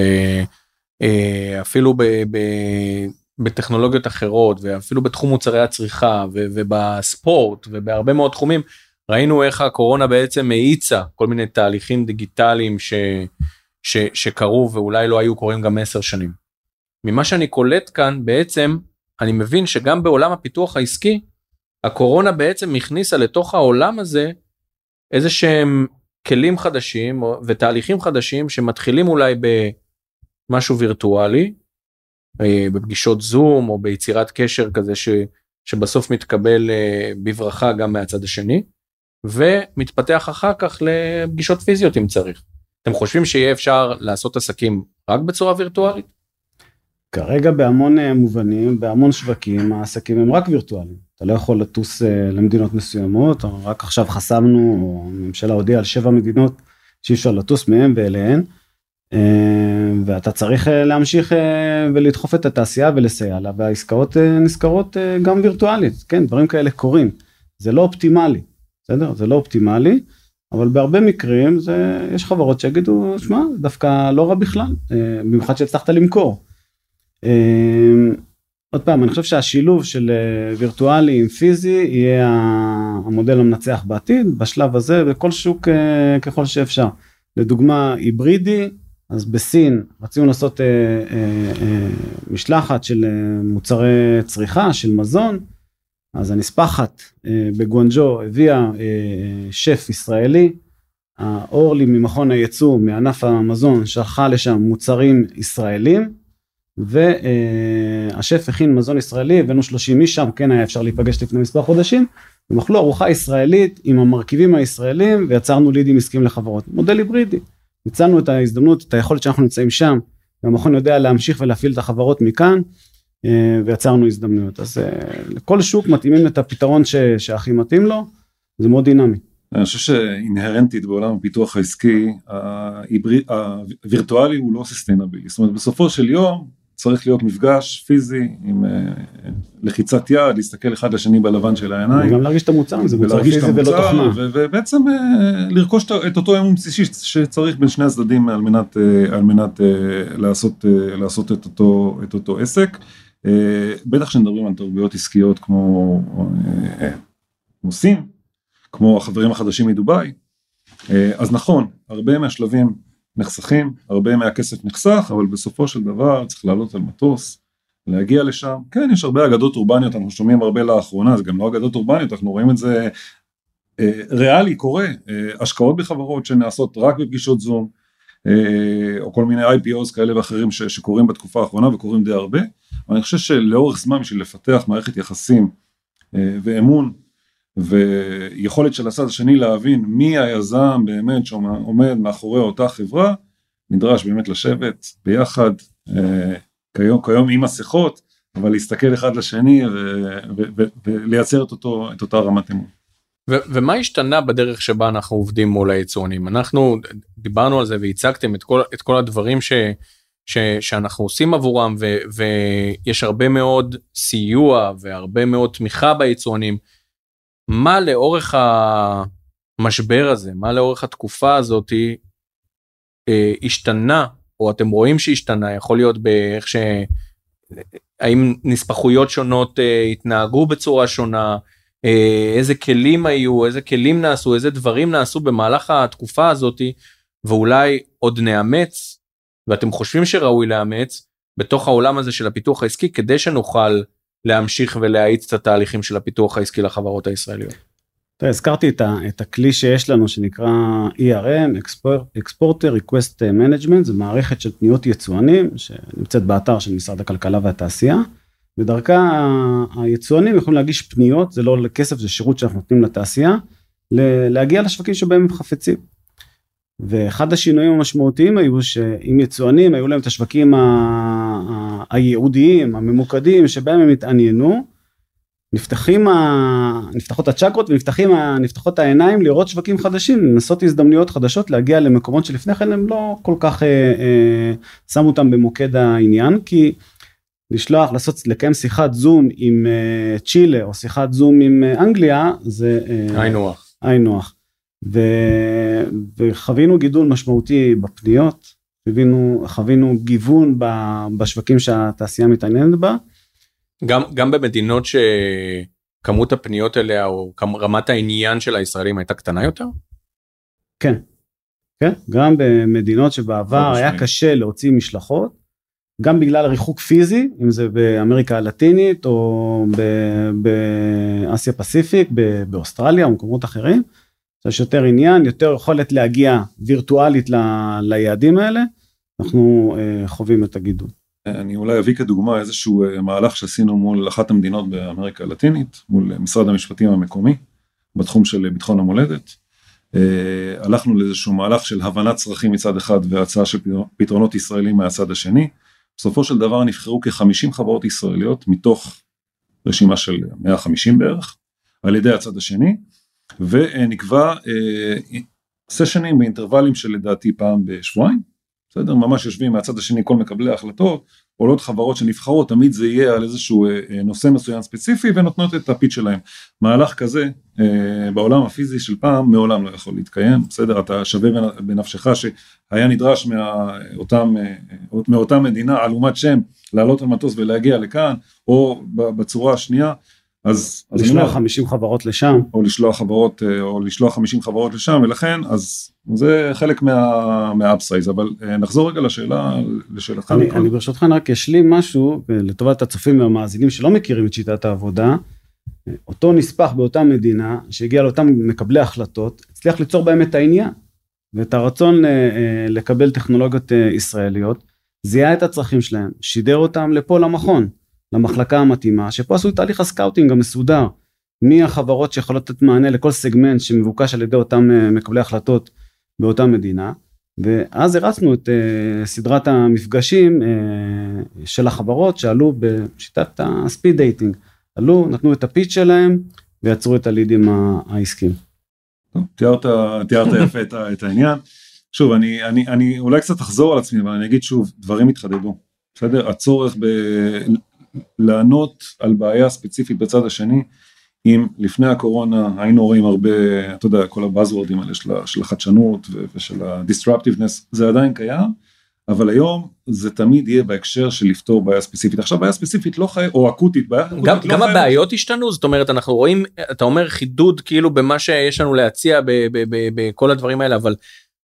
ואפילו בטכנולוגיות אחרות, ואפילו בתחום מוצרי הצריכה, ובספורט, ובהרבה מאוד תחומים, ראינו איך הקורונה בעצם מאיצה כל מיני תהליכים דיגיטליים שקרו, ואולי לא היו קורים גם 10 שנים. ממה שאני קולט כאן, בעצם, אני מבין שגם בעולם הפיתוח העסקי, הקורונה בעצם הכניסה לתוך העולם הזה, איזה שהם כלים חדשים, ותהליכים חדשים, שמתחילים אולי במשהו וירטואלי, בפגישות זום, או ביצירת קשר כזה, שבסוף מתקבל בברכה גם מהצד השני, ומתפתח אחר כך לפגישות פיזיות אם צריך. אתם חושבים שיהיה אפשר לעשות עסקים רק בצורה וירטואלית? כרגע בהמון מובנים, בהמון שווקים, העסקים הם רק וירטואליים. אתה לא יכול לטוס למדינות מסוימות, רק עכשיו חסמנו, או הממשלה הודיעה על 7 מדינות שאי אפשר לטוס מהם ואליהן, ואתה צריך להמשיך ולדחוף את התעשייה ולסייע לה, והעסקאות נזכרות גם וירטואלית, כן, דברים כאלה קורים. זה לא אופטימלי, בסדר? זה לא אופטימלי, אבל בהרבה מקרים יש חברות שיגידו, שמע, דווקא לא רע בכלל, במיוחד שהצלחת למכור. עוד פעם, אני חושב שהשילוב של וירטואלי עם פיזי יהיה המודל המנצח בעתיד, בשלב הזה, בכל שוק ככל שאפשר. לדוגמה, היברידי, אז בסין רצינו לעשות משלחת של מוצרי צריכה, של מזון, אז הנספחת בגואנג'ו הביאה שף ישראלי, אורלי ממכון הייצוא מענף המזון שלחה לשם מוצרים ישראלים, והשף הכין מזון ישראלי, הבאנו 30 איש שם, כן היה אפשר להיפגש לפני מספר חודשים, הם אכלו ארוחה ישראלית עם המרכיבים הישראלים, ויצרנו לידים עסקים לחברות. מודל היברידי, מצאנו את ההזדמנות, את היכולת שאנחנו נמצאים שם, והמכון יודע להמשיך ולהפעיל את החברות מכאן, ויצרנו הזדמנויות. אז לכל שוק מתאימים את הפתרון שהכי מתאים לו, זה מאוד דינמי. אני חושב שאינהרנטית בעולם הפיתוח העסקי, הווירטואלי הוא לא ססטיינבילי, זאת אומרת בסופו של יום צריך להיות מפגש פיזי עם לחיצת יד, להסתכל אחד לשני בלבן של העיניים. וגם להרגיש את המוצר, זה מוצר פיזי ולא תוכנה. ובעצם לרכוש את אותו אמון בסיסי שצריך בין שני הצדדים על מנת לעשות את אותו עסק. בטח שנדברים על תרבויות עסקיות כמו סין, כמו החברים החדשים מדובאי, אז נכון, הרבה מהשלבים נחסכים, הרבה מהכסף נחסך, אבל בסופו של דבר צריך לעלות על מטוס, להגיע לשם, כן, יש הרבה אגדות אורבניות, אנחנו שומעים הרבה לאחרונה, זה גם לא אגדות אורבניות, אנחנו רואים את זה ריאלי, קורה, השקעות בחברות שנעשות רק בפגישות זום, או כל מיני IPOs כאלה ואחרים שקורים בתקופה האחרונה וקורים די הרבה, אבל אני חושב שלאורך זמן בשביל לפתח מערכת יחסים ואמון, ויכולת של הצד השני להבין מי היזם באמת שעומד מאחורי אותה חברה, נדרש באמת לשבת ביחד, כיום עם מסכות, אבל להסתכל אחד לשני ולייצר את אותה רמת אמון. ומה השתנה בדרך שבה אנחנו עובדים מול היצואנים? אנחנו דיברנו על זה והצגתם את כל הדברים שאנחנו עושים עבורם, ויש הרבה מאוד סיוע והרבה מאוד תמיכה ביצואנים. מה לאורך המשבר הזה, מה לאורך התקופה הזאת השתנה, או אתם רואים שהשתנה, יכול להיות באיך האם נספחויות שונות התנהגו בצורה שונה, איזה כלים היו, איזה כלים נעשו, איזה דברים נעשו במהלך התקופה הזאת, ואולי עוד נאמץ, ואתם חושבים שראוי לאמץ, בתוך העולם הזה של הפיתוח העסקי, כדי שנוכל להמשיך ולהאיץ את התהליכים של הפיתוח העסקי לחברות הישראליות. הזכרתי את הכלי שיש לנו שנקרא ERM, Exporter Request Management, זה מערכת של פניות יצואנים שנמצאת באתר של משרד הכלכלה והתעשייה, בדרכה היצואנים יכולים להגיש פניות, זה לא לכסף, זה שירות שאנחנו נותנים לתעשייה, להגיע לשווקים שבהם הם חפצים. ואחד השינויים המשמעותיים היו שאם יצואנים היו להם את השווקים הייעודיים, הממוקדים, שבהם הם התעניינו, נפתחות הצ'קרות ונפתחות העיניים לראות שווקים חדשים, לנסות הזדמנויות חדשות, להגיע למקומות שלפני כן הם לא כל כך שמו אותם במוקד העניין, כי לקיים שיחת זום עם צ'ילה, או שיחת זום עם אנגליה, זה איינוח. וחווינו גידול משמעותי בפניות, חווינו גיוון בשווקים שהתעשייה מתעניינת בה. גם במדינות שכמות הפניות אליה, או רמת העניין של הישראלים הייתה קטנה יותר? כן, גם במדינות שבעבר היה קשה להוציא משלחות, גם בגלל ריחוק פיזי, אם זה באמריקה הלטינית, או באסיה פסיפיק, באוסטרליה, או מקומות אחרים, יש יותר עניין, יותר יכולת להגיע וירטואלית ליעדים האלה, אנחנו חווים את הגידול. אני אולי אביא כדוגמה איזשהו מהלך שעשינו מול אחת המדינות באמריקה הלטינית, מול משרד המשפטים המקומי, בתחום של ביטחון המולדת. הלכנו לאיזשהו מהלך של הבנת צרכים מצד אחד, והצעה של פתרונות ישראלים מהצד השני. בסופו של דבר נבחרו כ-50 חברות ישראליות, מתוך רשימה של 150 בערך, על ידי הצד השני, ונקבע סשנים באינטרוולים של לדעתי פעם בשבועיים, בסדר? ממש יושבים מהצד השני כל מקבלי ההחלטות, עולות חברות שנבחרות, תמיד זה יהיה על איזשהו נושא מסוים ספציפי, ונותנות את הפיץ שלהם. מהלך כזה, בעולם הפיזי של פעם, מעולם לא יכול להתקיים, בסדר? אתה שווה בנפשך שהיה נדרש מאותה מדינה, עלומת שם, לעלות על מטוס ולהגיע לכאן, או בצורה השנייה, אז לשלוח 50 חברות לשם. או לשלוח 50 חברות לשם, ולכן, אז זה חלק מהאפסייז, אבל נחזור רגע לשאלתך. אני ברשותך רק אשלים משהו, לטובת הצופים והמאזינים שלא מכירים את שיטת העבודה, אותו נספח באותה מדינה, שהגיע לאותם מקבלי החלטות, הצליח ליצור בהם את העניין, ואת הרצון לקבל טכנולוגיות ישראליות, זיהה את הצרכים שלהם, שידר אותם לפה למכון, למחלקה המתאימה, שפה עשו את תהליך הסקאוטינג המסודר, מי החברות שיכולות לתת מענה לכל סגמנט שמבוקש על ידי אותם מקבלי החלטות באותה מדינה, ואז הרצנו את סדרת המפגשים של החברות שעלו בשיטת הספיד דייטינג, נתנו את הפיץ' שלהם ויצרו את הלידים העסקיים. תיארת יפה את העניין. שוב, אני אולי קצת אחזור על עצמי, אבל אני אגיד שוב, דברים התחדדו. בסדר? הצורך לענות על בעיה ספציפית בצד השני, אם לפני הקורונה היינו רואים הרבה, אתה יודע, כל הבאזוורדים האלה של החדשנות ושל ה-disruptiveness, זה עדיין קיים, אבל היום זה תמיד יהיה בהקשר של לפתור בעיה ספציפית. עכשיו בעיה ספציפית לא חייבת, או אקוטית, גם הבעיות השתנו, זאת אומרת, אנחנו רואים, אתה אומר חידוד כאילו במה שיש לנו להציע בכל הדברים האלה, אבל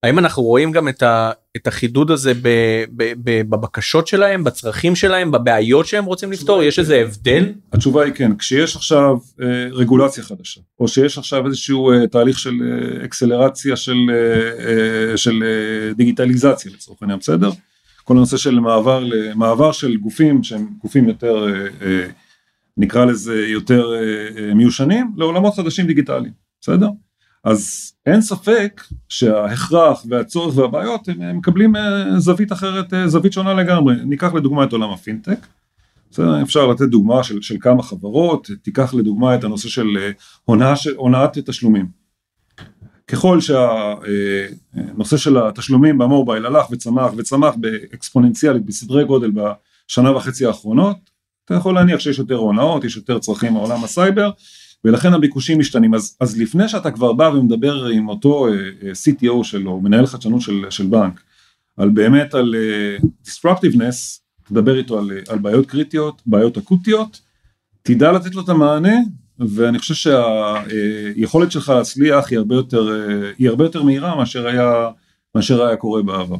האם אנחנו רואים גם את החידוד הזה בבקשות שלהם, בצרכים שלהם, בבעיות שהם רוצים לפתור? יש איזה הבדל? התשובה היא כן, כשיש עכשיו רגולציה חדשה, או שיש עכשיו איזשהו תהליך של אקסלרציה של דיגיטליזציה לצורך העניין, בסדר? כל הנושא של מעבר של גופים שהם גופים יותר, נקרא לזה יותר מיושנים, לעולמות חדשים דיגיטליים, בסדר? אז אין ספק שההכרח והצורך והבעיות הם מקבלים זווית אחרת, זווית שונה לגמרי. ניקח לדוגמה את עולם הפינטק, אפשר לתת דוגמה של כמה חברות, תיקח לדוגמה את הנושא של הונאת תשלומים. ככל שהנושא של התשלומים במובייל הלך וצמח באקספוננציאלית בסדרי גודל בשנה וחצי האחרונות, אתה יכול להניח שיש יותר הונאות, יש יותר צרכים מעולם הסייבר, ולכן הביקושים משתנים. אז לפני שאתה כבר בא ומדבר עם אותו CTO שלו, מנהל חדשנות של בנק, על באמת על disruptiveness, תדבר איתו על בעיות קריטיות, בעיות אקוטיות, תדע לתת לו את המענה, ואני חושב שהיכולת שלך להצליח היא הרבה יותר מהירה מאשר היה קורה בעבר.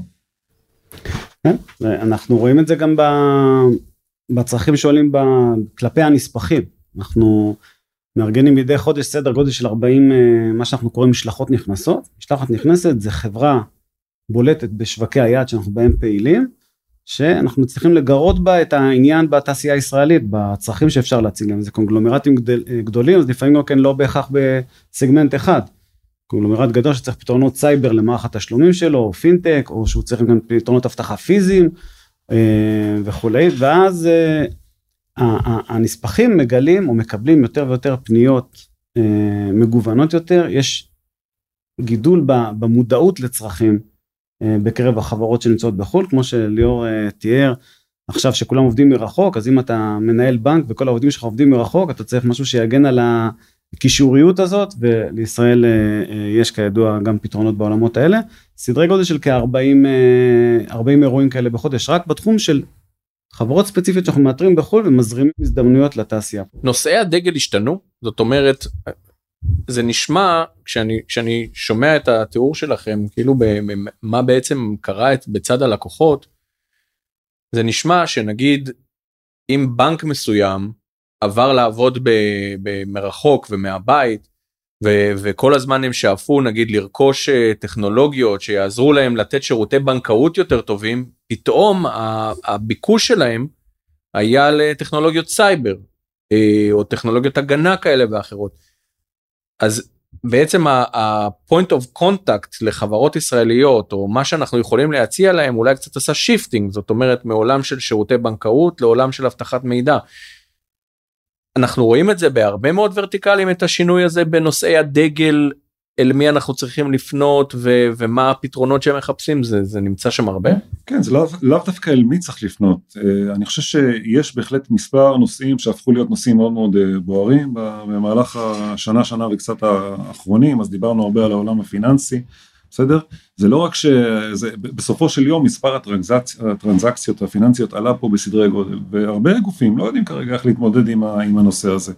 אנחנו רואים את זה גם בצרכים שעולים כלפי הנספחים. אנחנו מארגנים מדי חודש סדר גודל של 40, מה שאנחנו קוראים משלחות נכנסות. משלחת נכנסת זה חברה בולטת בשווקי היעד שאנחנו בהם פעילים, שאנחנו מצליחים לגרות בה את העניין בתעשייה הישראלית, בצרכים שאפשר להציג להם. זה קונגלומרטים גדולים, אז לפעמים גם כן לא בהכרח בסגמנט אחד. קונגלומרט גדול שצריך פתרונות סייבר למערך התשלומים שלו, או פינטק, או שהוא צריך גם פתרונות הבטחה פיזיים, וכולי, ואז הנספחים מגלים או מקבלים יותר ויותר פניות מגוונות יותר, יש גידול במודעות לצרכים בקרב החברות שנמצאות בחול, כמו שליאור תיאר, עכשיו שכולם עובדים מרחוק, אז אם אתה מנהל בנק וכל העובדים שלך עובדים מרחוק, אתה צריך משהו שיגן על הקישוריות הזאת, ולישראל יש כידוע גם פתרונות בעולמות האלה, סדרי גודל של כ-40 אירועים כאלה בחודש, רק בתחום של חברות ספציפיות שאנחנו מאתרים בחול ומזרימים הזדמנויות לתעשייה. נושאי הדגל השתנו, זאת אומרת, זה נשמע, כשאני שומע את התיאור שלכם, כאילו מה בעצם קרה בצד הלקוחות, זה נשמע שנגיד, אם בנק מסוים עבר לעבוד מרחוק ומהבית, וכל הזמן הם שאפו, נגיד, לרכוש טכנולוגיות שיעזרו להם לתת שירותי בנקאות יותר טובים, פתאום הביקוש שלהם היה לטכנולוגיות סייבר, או טכנולוגיות הגנה כאלה ואחרות. אז בעצם ה-point of contact לחברות ישראליות, או מה שאנחנו יכולים להציע להם, אולי קצת עשה שיפטינג, זאת אומרת, מעולם של שירותי בנקאות, לעולם של הבטחת מידע. אנחנו רואים את זה בהרבה מאוד ורטיקלים, את השינוי הזה בנושאי הדגל, אל מי אנחנו צריכים לפנות, ומה הפתרונות שהם מחפשים, זה נמצא שם הרבה? כן, זה לאו דווקא אל מי צריך לפנות. אני חושב שיש בהחלט מספר נושאים שהפכו להיות נושאים מאוד מאוד בוערים, במהלך השנה וקצת האחרונים, אז דיברנו הרבה על העולם הפיננסי, בסדר? זה לא רק בסופו של יום מספר הטרנזקציות הפיננסיות עלה פה בסדרי גודל, והרבה גופים לא יודעים כרגע איך להתמודד עם הנושא הזה.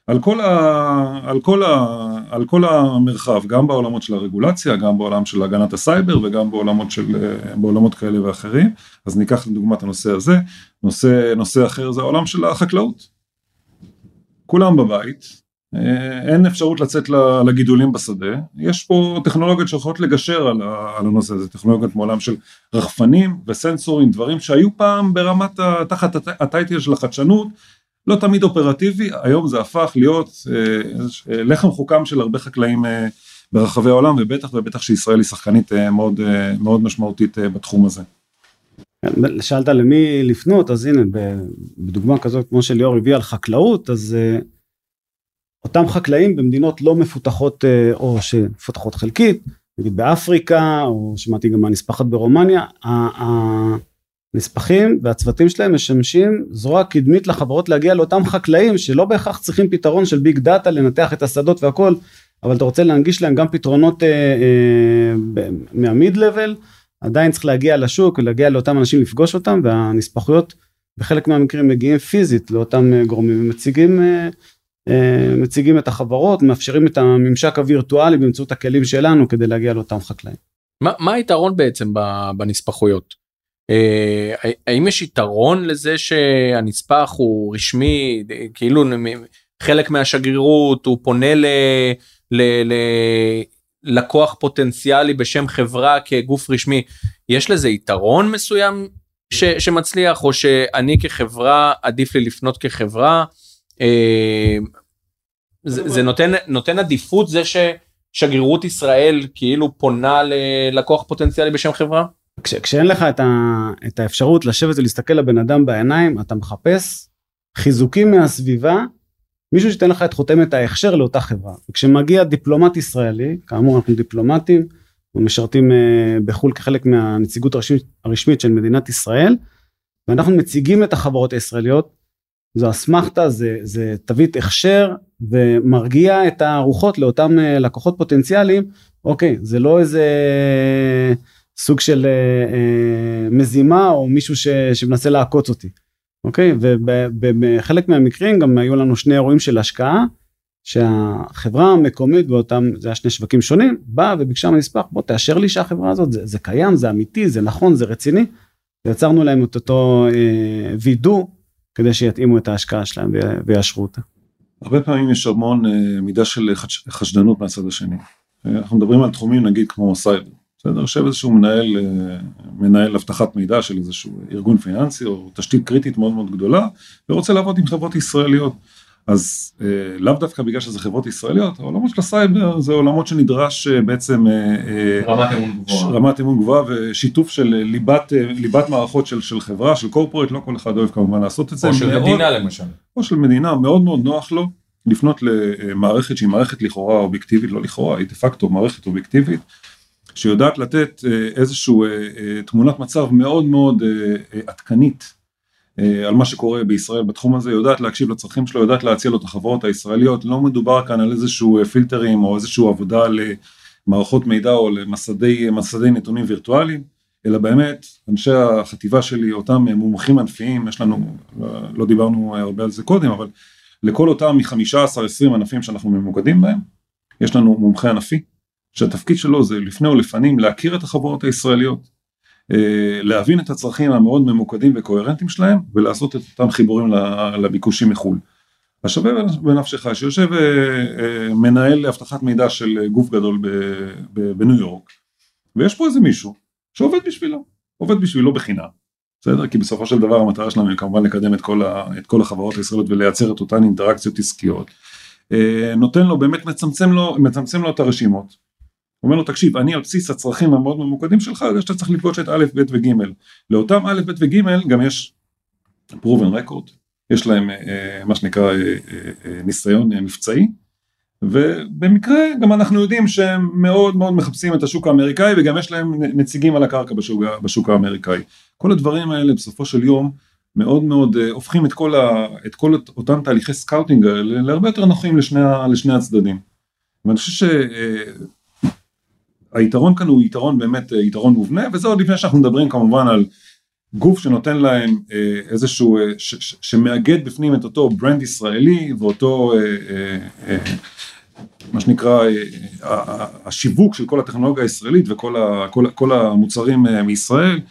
על כל המרחב, גם בעולמות של הרגולציה, גם בעולם של הגנת הסייבר, וגם בעולמות כאלה ואחרים. אז ניקח לדוגמת הנושא הזה. נושא אחר זה העולם של החקלאות. כולם בבית, אין אפשרות לצאת לגידולים בשדה. יש פה טכנולוגיות שיכולות לגשר על הנושא הזה, טכנולוגיות מעולם של רחפנים וסנסורים, דברים שהיו פעם ברמת תחת הטייטל של החדשנות, לא תמיד אופרטיבי, היום זה הפך להיות לחם חוקם של הרבה חקלאים ברחבי העולם, ובטח שישראל היא שחקנית מאוד, מאוד משמעותית בתחום הזה. שאלת למי לפנות, אז הנה, בדוגמה כזאת, כמו שליאור הביא על חקלאות, אז אותם חקלאים במדינות לא מפותחות, או שמפותחות חלקית, נגיד באפריקה, או שמעתי גם מהנספחת ברומניה, הנספחים והצוותים שלהם משמשים זרוע קדמית לחברות להגיע לאותם חקלאים, שלא בהכרח צריכים פתרון של ביג דאטה, לנתח את השדות והכל, אבל אתה רוצה להנגיש להם גם פתרונות מהמיד לבל, עדיין צריך להגיע לשוק, להגיע לאותם אנשים לפגוש אותם, והנספחויות בחלק מהמקרים מגיעים פיזית לאותם גורמים, מציגים את החברות, מאפשרים את הממשק הווירטואלי באמצעות הכלים שלנו כדי להגיע לאותם חקלאים. מה היתרון בעצם בנספחויות? האם יש יתרון לזה שהנספח הוא רשמי, כאילו חלק מהשגרירות, הוא פונה ללקוח פוטנציאלי בשם חברה כגוף רשמי, יש לזה יתרון מסוים שמצליח, או שאני כחברה, עדיף לי לפנות כחברה, זה נותן עדיפות זה ששגרירות ישראל כאילו פונה ללקוח פוטנציאלי בשם חברה? כשאין לך את האפשרות לשבת ולהסתכל לבן אדם בעיניים, אתה מחפש חיזוקים מהסביבה, מישהו שתן לך את חותמת ההכשר לאותה חברה. וכשמגיע דיפלומט ישראלי, כאמור אנחנו דיפלומטים, ומשרתים בחול כחלק מהנציגות הרשמית של מדינת ישראל, ואנחנו מציגים את החברות הישראליות, זו אסמכתה, זה תווית הכשר, ומרגיע את הרוחות לאותם לקוחות פוטנציאליים, אוקיי, זה לא איזה סוג של מזימה, או מישהו שמנסה לעקוץ אותי, אוקיי, ובחלק מהמקרים גם היו לנו 2 אירועים של השקעה, שהחברה המקומית באותם, זה היה 2 שווקים שונים, באה וביקשה מנספח, בוא תאשר לי שהחברה הזאת, זה קיים, זה אמיתי, זה נכון, זה רציני, ויצרנו להם את אותו וידוא, כדי שיתאימו את ההשקעה שלהם ויאשרו אותה. הרבה פעמים יש המון מידה של חשדנות מהצד השני. אנחנו מדברים על תחומים נגיד כמו סייבר, בסדר? יושב איזשהו מנהל אבטחת מידע של איזשהו ארגון פיננסי או תשתית קריטית מאוד מאוד גדולה, ורוצה לעבוד עם חברות ישראליות. אז לאו דווקא בגלל שזה חברות ישראליות, העולמות של הסייבר זה עולמות שנדרש בעצם רמת אמון גבוהה ושיתוף של ליבת מערכות של חברה, של קורפורט, לא כל אחד אוהב כמובן לעשות את זה. או של מדינה למשל. או של מדינה, מאוד מאוד נוח לו לפנות למערכת שהיא מערכת לכאורה אובייקטיבית, לא לכאורה, היא דה פקטו מערכת אובייקטיבית, שיודעת לתת איזשהו תמונת מצב מאוד מאוד עדכנית, על מה שקורה בישראל בתחום הזה, יודעת להקשיב לצרכים שלו, יודעת להציע לו את החברות הישראליות, לא מדובר כאן על איזשהו פילטרים או איזשהו עבודה למערכות מידע או למסדי נתונים וירטואליים, אלא באמת אנשי החטיבה שלי, אותם מומחים ענפיים, יש לנו, לא דיברנו הרבה על זה קודם, אבל לכל אותם מ-15-20 ענפים שאנחנו ממוקדים בהם, יש לנו מומחה ענפי, שהתפקיד שלו זה לפני או לפנים להכיר את החברות הישראליות, להבין את הצרכים המאוד ממוקדים וקוהרנטיים שלהם, ולעשות את אותם חיבורים לביקושים מחול. השווה בנפשך, שיושב מנהל להבטחת מידע של גוף גדול בניו יורק, ויש פה איזה מישהו שעובד בשבילו בחינם, בסדר? כי בסופו של דבר המטרה שלנו היא כמובן לקדם את כל החברות הישראליות, ולייצר את אותן אינטראקציות עסקיות, נותן לו, באמת מצמצם לו את הרשימות, אומר לו, תקשיב, אני על בסיס הצרכים המאוד ממוקדים שלך, יודע שאתה צריך לפגוש את א', ב' וג'. לאותם א', ב' וג' גם יש proven record, יש להם מה שנקרא ניסיון מבצעי, ובמקרה גם אנחנו יודעים שהם מאוד מאוד מחפשים את השוק האמריקאי, וגם יש להם נציגים על הקרקע בשוק האמריקאי. כל הדברים האלה בסופו של יום מאוד מאוד הופכים את כל אותם תהליכי סקאוטינג האלה להרבה יותר נוחים לשני הצדדים. ואני חושב היתרון כאן הוא יתרון באמת יתרון מובנה, וזה עוד לפני שאנחנו מדברים כמובן על גוף שנותן להם איזשהו, שמאגד בפנים את אותו ברנד ישראלי, ואותו מה שנקרא השיווק של כל הטכנולוגיה הישראלית וכל המוצרים מישראל,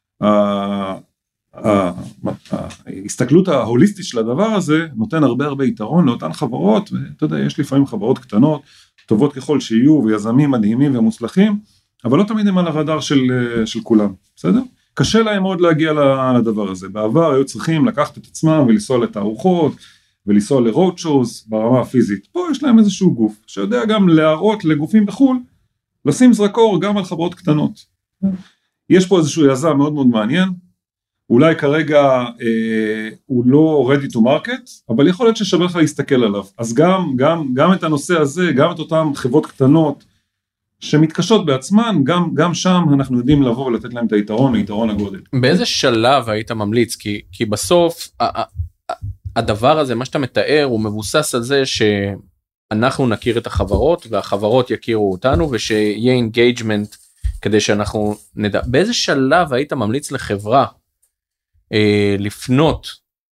ההסתכלות ההוליסטית של הדבר הזה נותן הרבה יתרון לאותן חברות, ואתה יודע, יש לפעמים חברות קטנות, טובות ככל שיהיו, ויזמים מדהימים ומוצלחים, אבל לא תמיד הם על הרדאר של כולם, בסדר? קשה להם מאוד להגיע לדבר הזה. בעבר היו צריכים לקחת את עצמם ולנסוע לתערוכות, ולנסוע לרוד שואוז ברמה הפיזית. פה יש להם איזשהו גוף, שיודע גם להראות לגופים בחול, לשים זרקור גם על חברות קטנות. יש פה איזשהו יזם מאוד מאוד מעניין, אולי כרגע הוא לא ready to market, אבל יכול להיות ששווה לך להסתכל עליו. אז גם את הנושא הזה, גם את אותן חברות קטנות, שמתקשות בעצמן, גם שם אנחנו יודעים לבוא ולתת להם את היתרון הגודל. באיזה שלב היית ממליץ? כי בסוף הדבר הזה, מה שאתה מתאר, הוא מבוסס על זה שאנחנו נכיר את החברות, והחברות יכירו אותנו, ושיהיה אינגייג'מנט כדי שאנחנו נדע. באיזה שלב היית ממליץ לחברה לפנות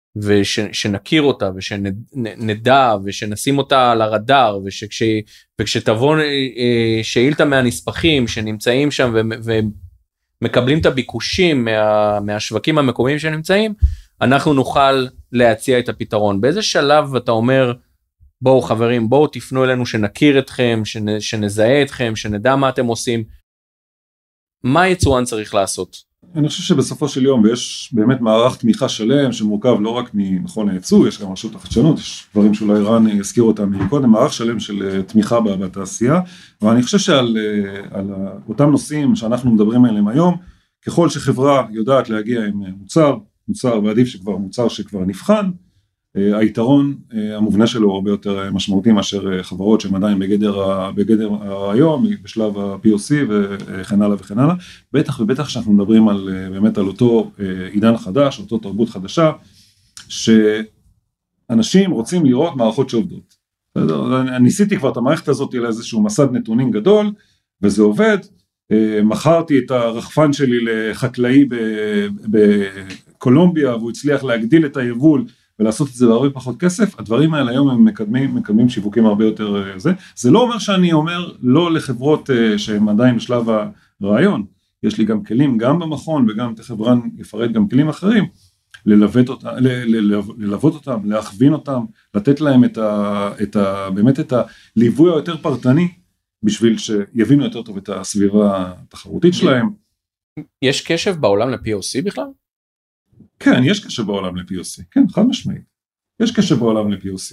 ושנכיר אותה, ושנדע, ושנשים אותה על הרדאר, וכשתבוא שאילתה מהנספחים, שנמצאים שם, ומקבלים את הביקושים מהשווקים המקומיים שנמצאים, אנחנו נוכל להציע את הפתרון. באיזה שלב אתה אומר, בואו חברים, בואו תפנו אלינו שנכיר אתכם, שנזהה אתכם, שנדע מה אתם עושים. מה יצואן צריך לעשות? אני חושב שבסופו של יום, ויש באמת מערך תמיכה שלם, שמורכב לא רק ממכון הייצוא, יש גם רשות החדשנות, יש דברים שאולי רן יזכיר אותם מקודם, מערך שלם של תמיכה בתעשייה, ואני חושב שעל אותם נושאים שאנחנו מדברים עליהם היום, ככל שחברה יודעת להגיע עם מוצר, ועדיף שכבר מוצר שכבר נבחן, היתרון המובנה שלו הרבה יותר משמעותי מאשר חברות שהן עדיין בגדר הרעיון, בשלב ה-POC וכן הלאה וכן הלאה, בטח ובטח שאנחנו מדברים באמת על אותו עידן חדש, אותו תרבות חדשה, שאנשים רוצים לראות מערכות שעובדות. אני ניסיתי כבר את המערכת הזאת לאיזשהו מסד נתונים גדול, וזה עובד, מכרתי את הרחפן שלי לחקלאי בקולומביה, והוא הצליח להגדיל את היבול, ולעשות את זה להרבה פחות כסף, הדברים האלה היום הם מקדמים שיווקים הרבה יותר זה לא אומר שאני אומר לא לחברות שהן עדיין בשלב הרעיון, יש לי גם כלים, גם במכון וגם תחברן יפרט גם כלים אחרים, ללוות אותם, להכווין אותם, לתת להם באמת את הליווי היותר פרטני, בשביל שיבינו יותר טוב את הסביבה התחרותית שלהם. יש קשב בעולם ל-POC בכלל? כן, יש קשב בעולם ל-POC, כן, חד משמעית. יש קשב בעולם ל-POC.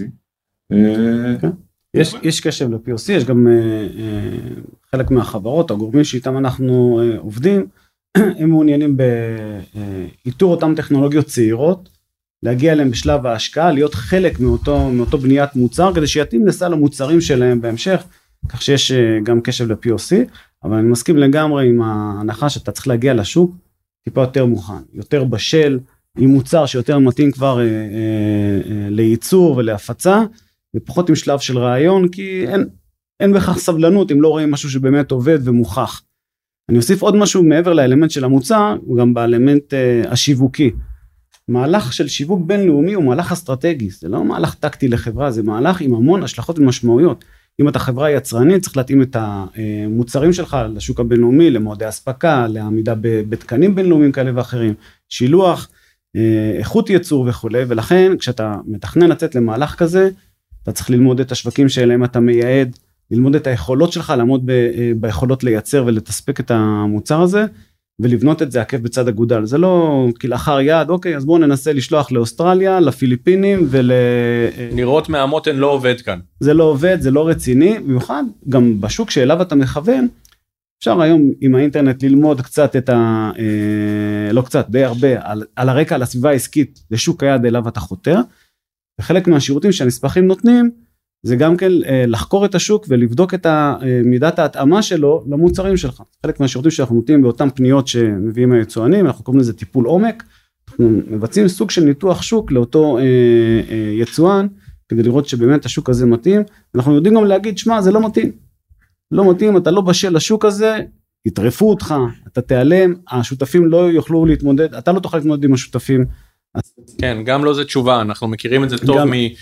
יש קשב ל-POC, יש גם חלק מהחברות, הגורמים שאיתם אנחנו עובדים, הם מעוניינים באיתור אותם טכנולוגיות צעירות, להגיע אליהם בשלב ההשקעה, להיות חלק מאותו בניית מוצר, כדי שיתאים לסל המוצרים שלהם בהמשך, כך שיש גם קשב ל-POC, אבל אני מסכים לגמרי עם ההנחה שאתה צריך להגיע לשוק, טיפה יותר מוכן, יותר בשל, עם מוצר שיותר מתאים כבר לייצור ולהפצה, ופחות עם שלב של רעיון, כי אין בכך סבלנות אם לא רואים משהו שבאמת עובד ומוכח. אני אוסיף עוד משהו מעבר לאלמנט של המוצר, הוא גם באלמנט השיווקי. מהלך של שיווק בינלאומי הוא מהלך אסטרטגי, זה לא מהלך טקטי לחברה, זה מהלך עם המון השלכות ומשמעויות. אם אתה חברה יצרנית, צריך להתאים את המוצרים שלך לשוק הבינלאומי, למועדי הספקה, לעמידה בתקנים בינלאומיים כאלה ואחרים, שילוח, איכות ייצור וכו'. ולכן, כשאתה מתכנן לצאת למהלך כזה, אתה צריך ללמוד את השווקים שאליהם אתה מייעד, ללמוד את היכולות שלך, לעמוד ביכולות לייצר ולתספק את המוצר הזה, ולבנות את זה עקב בצד אגודל. זה לא כלאחר יד, אוקיי, אז בואו ננסה לשלוח לאוסטרליה, לפיליפינים נראות מהמותן לא עובד כאן. זה לא עובד, זה לא רציני, במיוחד גם בשוק שאליו אתה מכוון, אפשר היום עם האינטרנט ללמוד קצת לא קצת, די הרבה, על הרקע, על הסביבה העסקית, לשוק היד אליו אתה חותר, וחלק מהשירותים שהנספחים נותנים, זה גם כן לחקור את השוק ולבדוק את מידת ההתאמה שלו למוצרים שלך. חלק מהשירותים שאנחנו נותנים באותם פניות שמביאים היצואנים, אנחנו קוראים לזה טיפול עומק, אנחנו מבצעים סוג של ניתוח שוק לאותו יצואן, כדי לראות שבאמת השוק הזה מתאים, אנחנו יודעים גם להגיד, שמה, זה לא מתאים. לא מתאים, אתה לא בשל לשוק הזה, יטרפו אותך, אתה תיעלם, השותפים לא יוכלו להתמודד, אתה לא תוכל להתמודד עם השותפים. כן, גם לא זה תשובה, אנחנו מכירים את זה טוב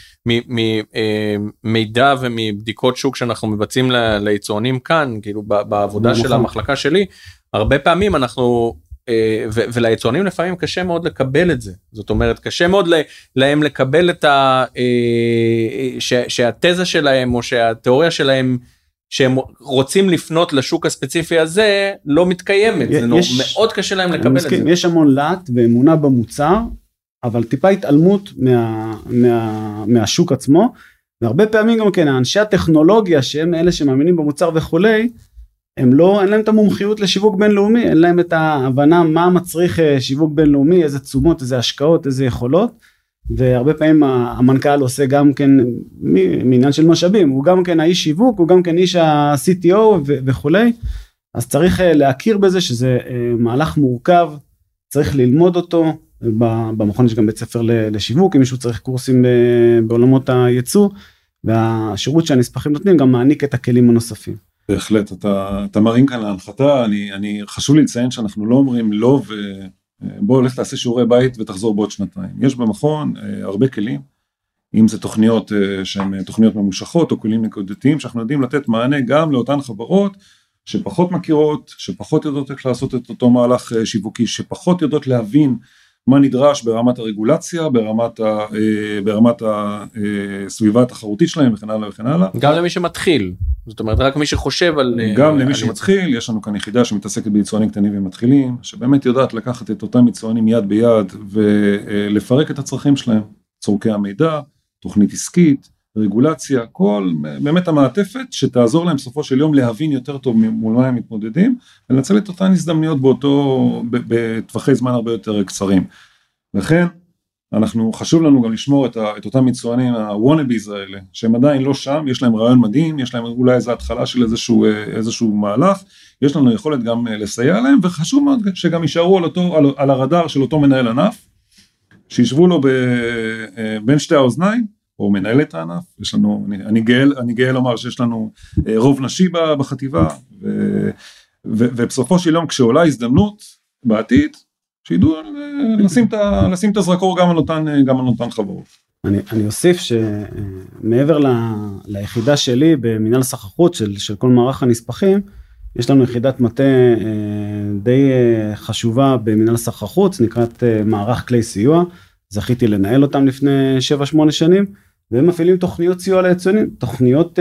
ממידע ומבדיקות שוק שאנחנו מבצעים ליצואנים כאן, כאילו בעבודה של המחלקה שלי, הרבה פעמים אנחנו, וליצואנים לפעמים קשה מאוד לקבל את זה, זאת אומרת, קשה מאוד להם לקבל את שהתזה שלהם או שהתיאוריה שלהם, שהם רוצים לפנות לשוק הספציפי הזה, לא מתקיימת, זה מאוד קשה להם לקבל את זה. יש המון לאט ואמונה במוצר, אבל טיפה התעלמות מהשוק עצמו, והרבה פעמים גם כן, האנשי הטכנולוגיה, שהם אלה שמאמינים במוצר וכולי, אין להם את המומחיות לשיווק בינלאומי, אין להם את ההבנה מה מצריך שיווק בינלאומי, איזה תשומות, איזה השקעות, איזה יכולות, והרבה פעמים המנכ"ל עושה גם כן, מעניין של משאבים, הוא גם כן האיש שיווק, הוא גם כן איש ה-CTO וכולי, אז צריך להכיר בזה שזה מהלך מורכב, צריך ללמוד אותו, במכון יש גם בית ספר לשיווק, אם מישהו צריך קורסים בעולמות הייצוא, והשירות שהנספחים נותנים גם מעניק את הכלים הנוספים. בהחלט, אתה מרים כאן להנחתה, חשוב לי לציין שאנחנו לא אומרים לא בוא הולך תעשה שיעורי בית ותחזור בעוד שנתיים. יש במכון הרבה כלים, אם זה תוכניות שהן תוכניות ממושכות או כלים נקודתיים, שאנחנו יודעים לתת מענה גם לאותן חברות שפחות מכירות, שפחות יודעות איך לעשות את אותו מהלך שיווקי, שפחות יודעות להבין מה נדרש ברמת הרגולציה, ברמת הסביבה התחרותית שלהם וכן הלאה וכן הלאה. גם למי שמתחיל, זאת אומרת רק מי שחושב על... גם למי שמתחיל, יש לנו כאן יחידה שמתעסקת ביצואנים קטנים ומתחילים, שבאמת יודעת לקחת את אותם יצואנים יד ביד ולפרק את הצרכים שלהם, צורכי המידע, תוכנית עסקית, רגולציה, כל באמת המעטפת שתעזור להם בסופו של יום להבין יותר טוב מול מה הם מתמודדים, ולנצל את אותן הזדמנויות בטווחי זמן הרבה יותר קצרים. לכן, חשוב לנו גם לשמור את אותם מצואנים, ה-wannabes האלה, שהם עדיין לא שם, יש להם רעיון מדהים, יש להם אולי איזו התחלה של איזשהו מהלך, יש לנו יכולת גם לסייע להם, וחשוב מאוד שגם יישארו על הרדאר של אותו מנהל ענף, שישבו לו בין שתי האוזניים, או מנהל את הענף, יש לנו, אני גאה לומר שיש לנו רוב נשי בחטיבה, ובסופו של יום כשעולה הזדמנות בעתיד, שידעו לשים את הזרקור גם על אותן חברות. אני אוסיף שמעבר ליחידה שלי במנהל סחר-חוץ של כל מערך הנספחים, יש לנו יחידת מטה די חשובה במנהל סחר-חוץ, נקראת מערך כלי סיוע, זכיתי לנהל אותם לפני 7-8 שנים, והם מפעילים תוכניות סיוע ליצואנים, תוכניות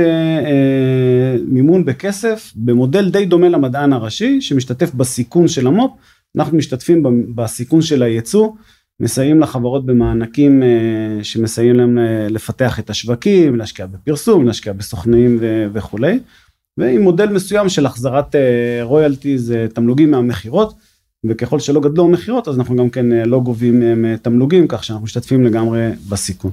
מימון בכסף, במודל די דומה למדען הראשי, שמשתתף בסיכון של המו"פ, אנחנו משתתפים בסיכון של הייצוא, מסייעים לחברות במענקים שמסייעים להם לפתח את השווקים, להשקיע בפרסום, להשקיע בסוכנים וכו'. ועם מודל מסוים של החזרת רויאלטיז, תמלוגים מהמחירות, וככל שלא גדלו המחירות, אז אנחנו גם כן לא גובים תמלוגים, כך שאנחנו משתתפים לגמרי בסיכון.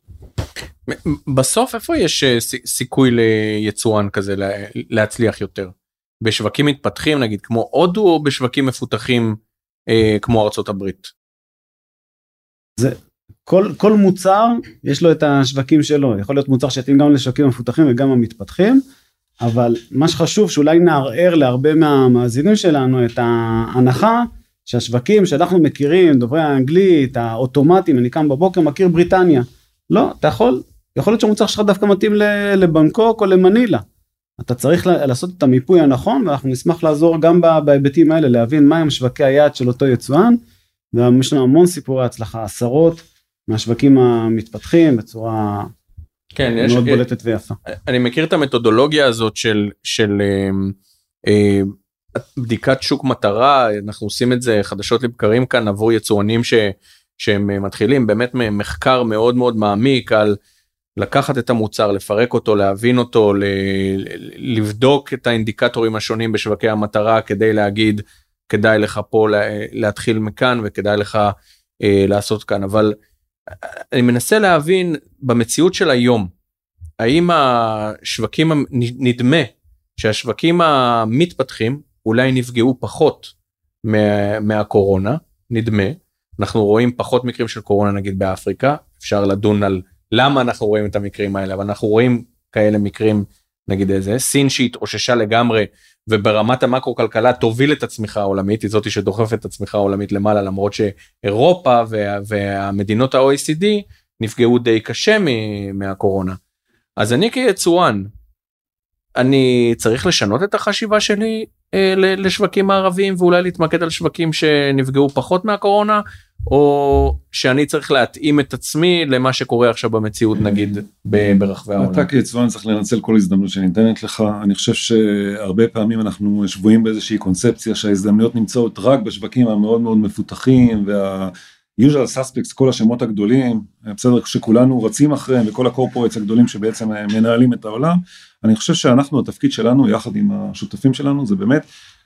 בסוף איפה יש סיכוי ליצואן כזה להצליח יותר? בשווקים מתפתחים, נגיד כמו הודו, או בשווקים מפותחים כמו ארצות הברית? כל מוצר יש לו את השווקים שלו, יכול להיות מוצר שיתאים גם לשווקים המפותחים וגם המתפתחים, אבל מה שחשוב שאולי נערער להרבה מהמאזינים שלנו את ההנחה שהשווקים שאנחנו מכירים, דוברי האנגלית, האוטומטים, אני קם בבוקר מכיר בריטניה, לא, אתה יכול להיות שהמוצר שלך דווקא מתאים לבנקוק או למנילה, אתה צריך לעשות את המיפוי הנכון, ואנחנו נשמח לעזור גם בהיבטים האלה, להבין מהם שווקי היעד של אותו יצואן, ויש לנו המון סיפורי הצלחה, עשרות מהשווקים המתפתחים בצורה מאוד בולטת ויפה. אני מכיר את המתודולוגיה הזאת של בדיקת שוק מטרה, אנחנו עושים את זה חדשות לבקרים כאן עבור יצואנים שהם מתחילים, באמת מחקר מאוד מאוד מעמיק על לקחת את המוצר, לפרק אותו, להבין אותו, לבדוק את האינדיקטורים השונים בשווקי המטרה, כדי להגיד, כדאי לך פה להתחיל מכאן, וכדאי לך לעשות כאן. אבל אני מנסה להבין, במציאות של היום, האם השווקים, נדמה שהשווקים המתפתחים, אולי נפגעו פחות מהקורונה, נדמה, אנחנו רואים פחות מקרים של קורונה, נגיד באפריקה, אפשר לדון על למה אנחנו רואים את המקרים האלה, אבל אנחנו רואים כאלה מקרים, נגיד איזה, סין שהתאוששה לגמרי, וברמת המקרו כלכלה תוביל את הצמיחה העולמית, היא זאת שדוחפת את הצמיחה העולמית למעלה, למרות שאירופה והמדינות ה-OECD נפגעו די קשה מהקורונה. אז אני כיצואן, אני צריך לשנות את החשיבה שלי לשווקים הערביים, ואולי להתמקד על שווקים שנפגעו פחות מהקורונה, או שאני צריך להתאים את עצמי למה שקורה עכשיו במציאות, נגיד, ברחבי העולם. אתה כיצואן צריך לנצל כל הזדמנות שניתנת לך. אני חושב שהרבה פעמים אנחנו שבויים באיזושהי קונספציה שההזדמנויות נמצאות רק בשווקים המאוד מאוד מפותחים, usual suspects, כל השמות הגדולים, בסדר, שכולנו רצים אחריהם, וכל הקורפורטס הגדולים שבעצם מנהלים את העולם. אני חושב שאנחנו, התפקיד שלנו, יחד עם השותפים שלנו, זה באמת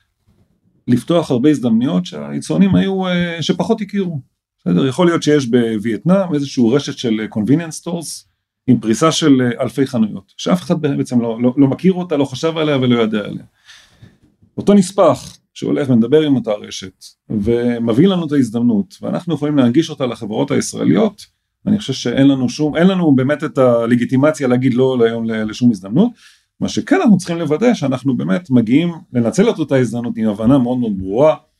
לפתוח הרבה הזדמנויות שהיצואנים היו, שפחות הכירו. בסדר, יכול להיות שיש בווייטנאם איזשהו רשת של convenience stores, עם פריסה של אלפי חנויות, שאף אחד בעצם לא מכיר אותה, לא חשב עליה ולא יודע עליה. אותו נספח, שהולך ומדבר עם אותה רשת, ומביא לנו את ההזדמנות, ואנחנו יכולים להנגיש אותה לחברות הישראליות, אני חושב שאין לנו באמת את הלגיטימציה להגיד לא היום לשום הזדמנות, מה שכן אנחנו צריכים לוודא, שאנחנו באמת מגיעים לנצל את אותה הזדמנות, עם הבנה מאוד מאוד ברורה,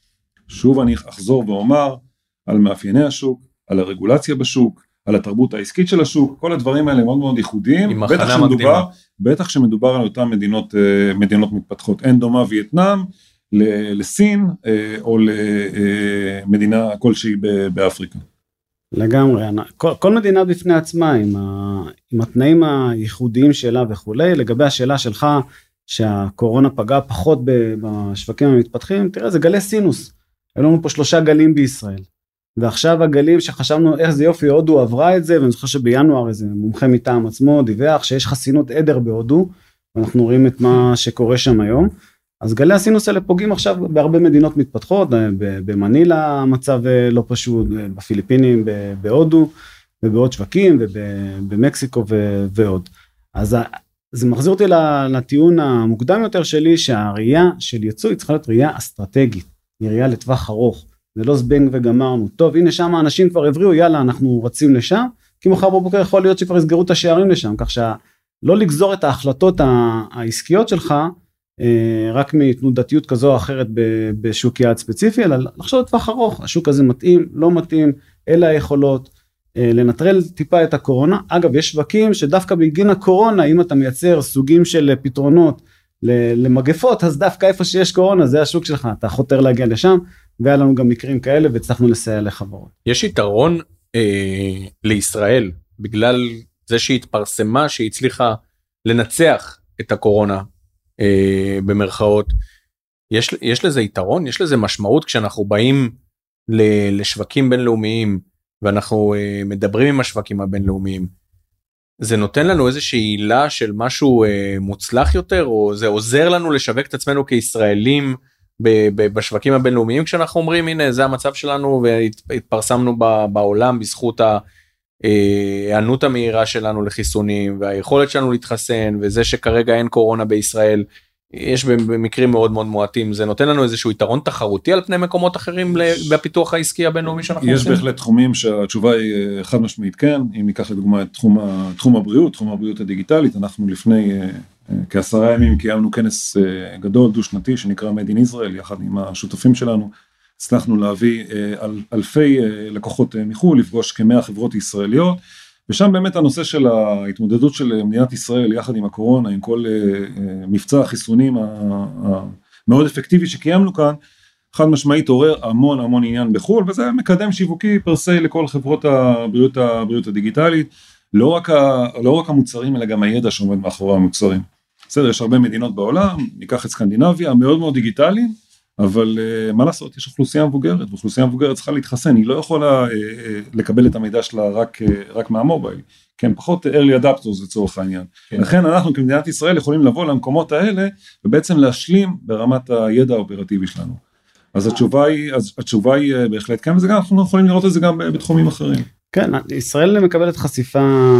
שוב אני אחזור ואומר על מאפייני השוק, על הרגולציה בשוק, על התרבות העסקית של השוק, כל הדברים האלה מאוד מאוד ייחודיים, בטח שמדובר על אותן מדינות מתפתחות, אין דומה וייטנאם, לסין או למדינה כלשהי באפריקה. לגמרי, כל מדינה בפני עצמה עם התנאים הייחודיים שלה וכולי, לגבי השאלה שלך שהקורונה פגעה פחות בשווקים המתפתחים, תראה זה גלי סינוס, היו לנו פה 3 גלים בישראל, ועכשיו הגלים שחשבנו איך זה יופי, הודו עברה את זה, ואני זוכר שבינואר איזה מומחה מטעם עצמו דיווח שיש חסינות עדר בהודו, ואנחנו רואים את מה שקורה שם היום, אז גלי הסינוס האלה פוגעים עכשיו בהרבה מדינות מתפתחות, במנילה המצב לא פשוט, בפיליפינים, בהודו, ובעוד שווקים, ובמקסיקו ועוד. אז זה מחזיר אותי לטיעון המוקדם יותר שלי, שהראייה של יצוא היא צריכה להיות ראייה אסטרטגית, היא ראייה לטווח ארוך, זה לא זבנג וגמרנו, טוב הנה שם האנשים כבר הבריאו, יאללה אנחנו רצים לשם, כי מחר בבוקר יכול להיות שכבר יסגרו את השערים לשם, כך שלא לגזור את ההחלטות העסקיות שלך, רק מתנודתיות כזו או אחרת בשוק יעד ספציפי, אלא לחשוב לטווח ארוך, השוק הזה מתאים, לא מתאים, אלה היכולות, לנטרל טיפה את הקורונה, אגב יש שווקים שדווקא בגין הקורונה, אם אתה מייצר סוגים של פתרונות למגפות, אז דווקא איפה שיש קורונה, זה השוק שלך, אתה חותר להגיע לשם, והיה לנו גם מקרים כאלה, והצלחנו לסייע לחברות. יש יתרון לישראל, בגלל זה שהיא התפרסמה, שהיא הצליחה לנצח את הקורונה, במרכאות, יש לזה יתרון, יש לזה משמעות, כשאנחנו באים לשווקים בינלאומיים, ואנחנו מדברים עם השווקים הבינלאומיים, זה נותן לנו איזושהי עילה של משהו מוצלח יותר, או זה עוזר לנו לשווק את עצמנו כישראלים בשווקים הבינלאומיים, כשאנחנו אומרים הנה זה המצב שלנו, והתפרסמנו בעולם בזכות הענות המהירה שלנו לחיסונים, והיכולת שלנו להתחסן, וזה שכרגע אין קורונה בישראל, יש במקרים מאוד מאוד מועטים, זה נותן לנו איזשהו יתרון תחרותי על פני מקומות אחרים בפיתוח העסקי הבינלאומי שאנחנו עושים? יש בהחלט תחומים שהתשובה היא חד משמעית כן, אם ניקח לדוגמה את תחום הבריאות הדיגיטלית, אנחנו לפני כ10 ימים קיימנו כנס גדול דו-שנתי שנקרא Made in Israel, יחד עם השותפים שלנו, הצלחנו להביא אלפי לקוחות מחו"ל, לפגוש כ100 חברות ישראליות, ושם באמת הנושא של ההתמודדות של מדינת ישראל יחד עם הקורונה, עם כל מבצע החיסונים המאוד אפקטיבי שקיימנו כאן, חד משמעית עורר המון עניין בחו"ל, וזה מקדם שיווקי פרסי לכל חברות הבריאות הדיגיטלית, לא רק המוצרים אלא גם הידע שעומד מאחורי המוצרים. בסדר, יש הרבה מדינות בעולם, ניקח את סקנדינביה, מאוד מאוד דיגיטליים, אבל מה לעשות, יש אוכלוסייה מבוגרת, ואוכלוסייה מבוגרת צריכה להתחסן, היא לא יכולה לקבל את המידע שלה רק מהמובייל, כן, פחות early adapters לצורך העניין. לכן אנחנו כמדינת ישראל יכולים לבוא למקומות האלה, ובעצם להשלים ברמת הידע האופרטיבי שלנו. אז התשובה היא בהחלט כן, וזה גם אנחנו יכולים לראות את זה גם בתחומים אחרים. כן, ישראל מקבלת חשיפה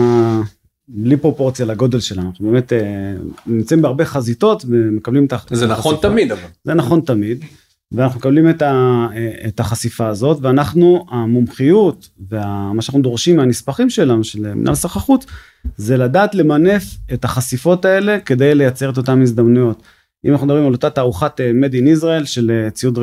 בלי פרופורציה לגודל שלנו, אנחנו באמת נמצאים בהרבה חזיתות ומקבלים את החשיפה. זה נכון תמיד אבל. זה נכון תמיד, ואנחנו מקבלים את החשיפה הזאת, ואנחנו, המומחיות ומה שאנחנו דורשים מהנספחים שלנו, של מנהל סחר חוץ, זה לדעת למנף את החשיפות האלה כדי לייצר את אותן הזדמנויות. אם אנחנו מדברים על אותה תערוכת Made in Israel של ציוד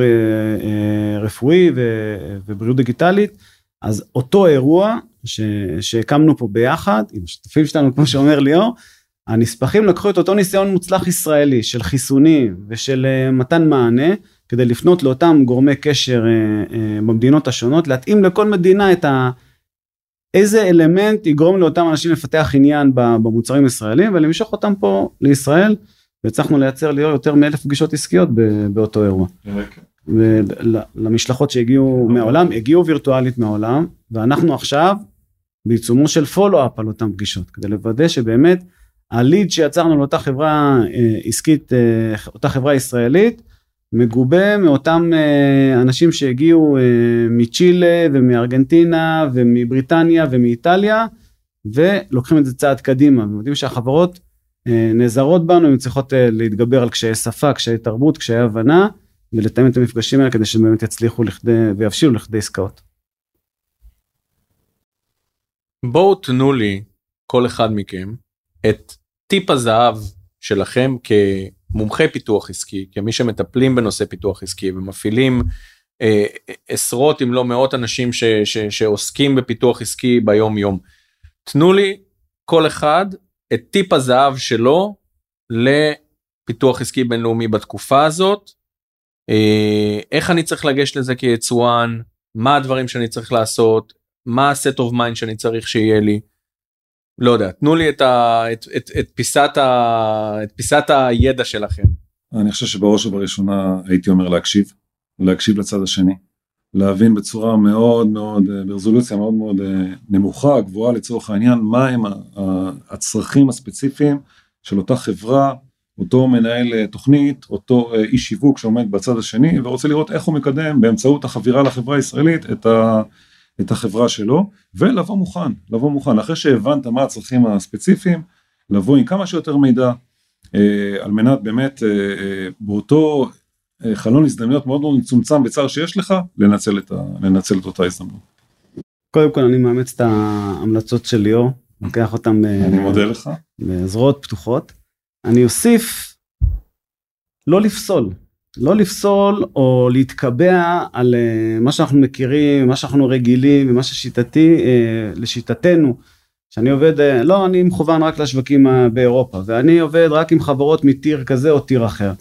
רפואי ובריאות דיגיטלית, אז אותו אירוע שהקמנו פה ביחד, עם השותפים שלנו, כמו שאומר ליאור, הנספחים לקחו את אותו ניסיון מוצלח ישראלי, של חיסונים ושל מתן מענה, כדי לפנות לאותם גורמי קשר במדינות השונות, להתאים לכל מדינה את איזה אלמנט יגרום לאותם אנשים לפתח עניין במוצרים ישראלים, ולמשוך אותם פה לישראל, והצלחנו לייצר ליאור יותר מ1,000 פגישות עסקיות באותו אירוע. ולמשלחות שהגיעו מהעולם, הגיעו וירטואלית מהעולם, ואנחנו עכשיו בעיצומו של פולו-אפ על אותם פגישות, כדי לוודא שבאמת הליד שיצרנו לאותה חברה עסקית, אותה חברה ישראלית, מגובה מאותם אנשים שהגיעו מצ'ילה ומארגנטינה ומבריטניה ומאיטליה, ולוקחים את זה צעד קדימה, ויודעים שהחברות נעזרות בנו, הן צריכות להתגבר על קשיי שפה, קשיי תרבות, קשיי הבנה, ולתאם את המפגשים האלה כדי שבאמת יצליחו ויבשילו לכדי עסקאות. בואו תנו לי, כל אחד מכם, את טיפ הזהב שלכם כמומחי פיתוח עסקי, כמי שמטפלים בנושא פיתוח עסקי ומפעילים עשרות אם לא מאות אנשים שעוסקים בפיתוח עסקי ביום יום. תנו לי כל אחד את טיפ הזהב שלו לפיתוח עסקי בינלאומי בתקופה הזאת, איך אני צריך לגשת לזה כיצואן, מה הדברים שאני צריך לעשות, מה ה-set of mind שאני צריך שיהיה לי, לא יודע, תנו לי את פיסת הידע שלכם. אני חושב שבראש ובראשונה הייתי אומר להקשיב לצד השני, להבין בצורה מאוד מאוד, ברזולוציה מאוד מאוד נמוכה, גבוהה לצורך העניין, מה הם הצרכים הספציפיים של אותה חברה, אותו מנהל תוכנית, אותו איש שיווק שעומד בצד השני, ורוצה לראות איך הוא מקדם באמצעות החבירה לחברה הישראלית את החברה שלו, ולבוא מוכן, אחרי שהבנת מה הצרכים הספציפיים, לבוא עם כמה שיותר מידע, על מנת באמת באותו חלון הזדמנויות מאוד מאוד מצומצם בצער שיש לך, לנצל את אותה הזדמנות. קודם כל אני מאמץ את ההמלצות של ליאור, לוקח אותם אני מודה לך. בזרועות פתוחות. אני אוסיף לא לפסול או להתקבע על מה שאנחנו מכירים, מה שאנחנו רגילים ומה ששיטתי, לשיטתנו, שאני עובד, לא, אני מכוון רק לשווקים באירופה, ואני עובד רק עם חברות מטיר כזה או טיר אחר.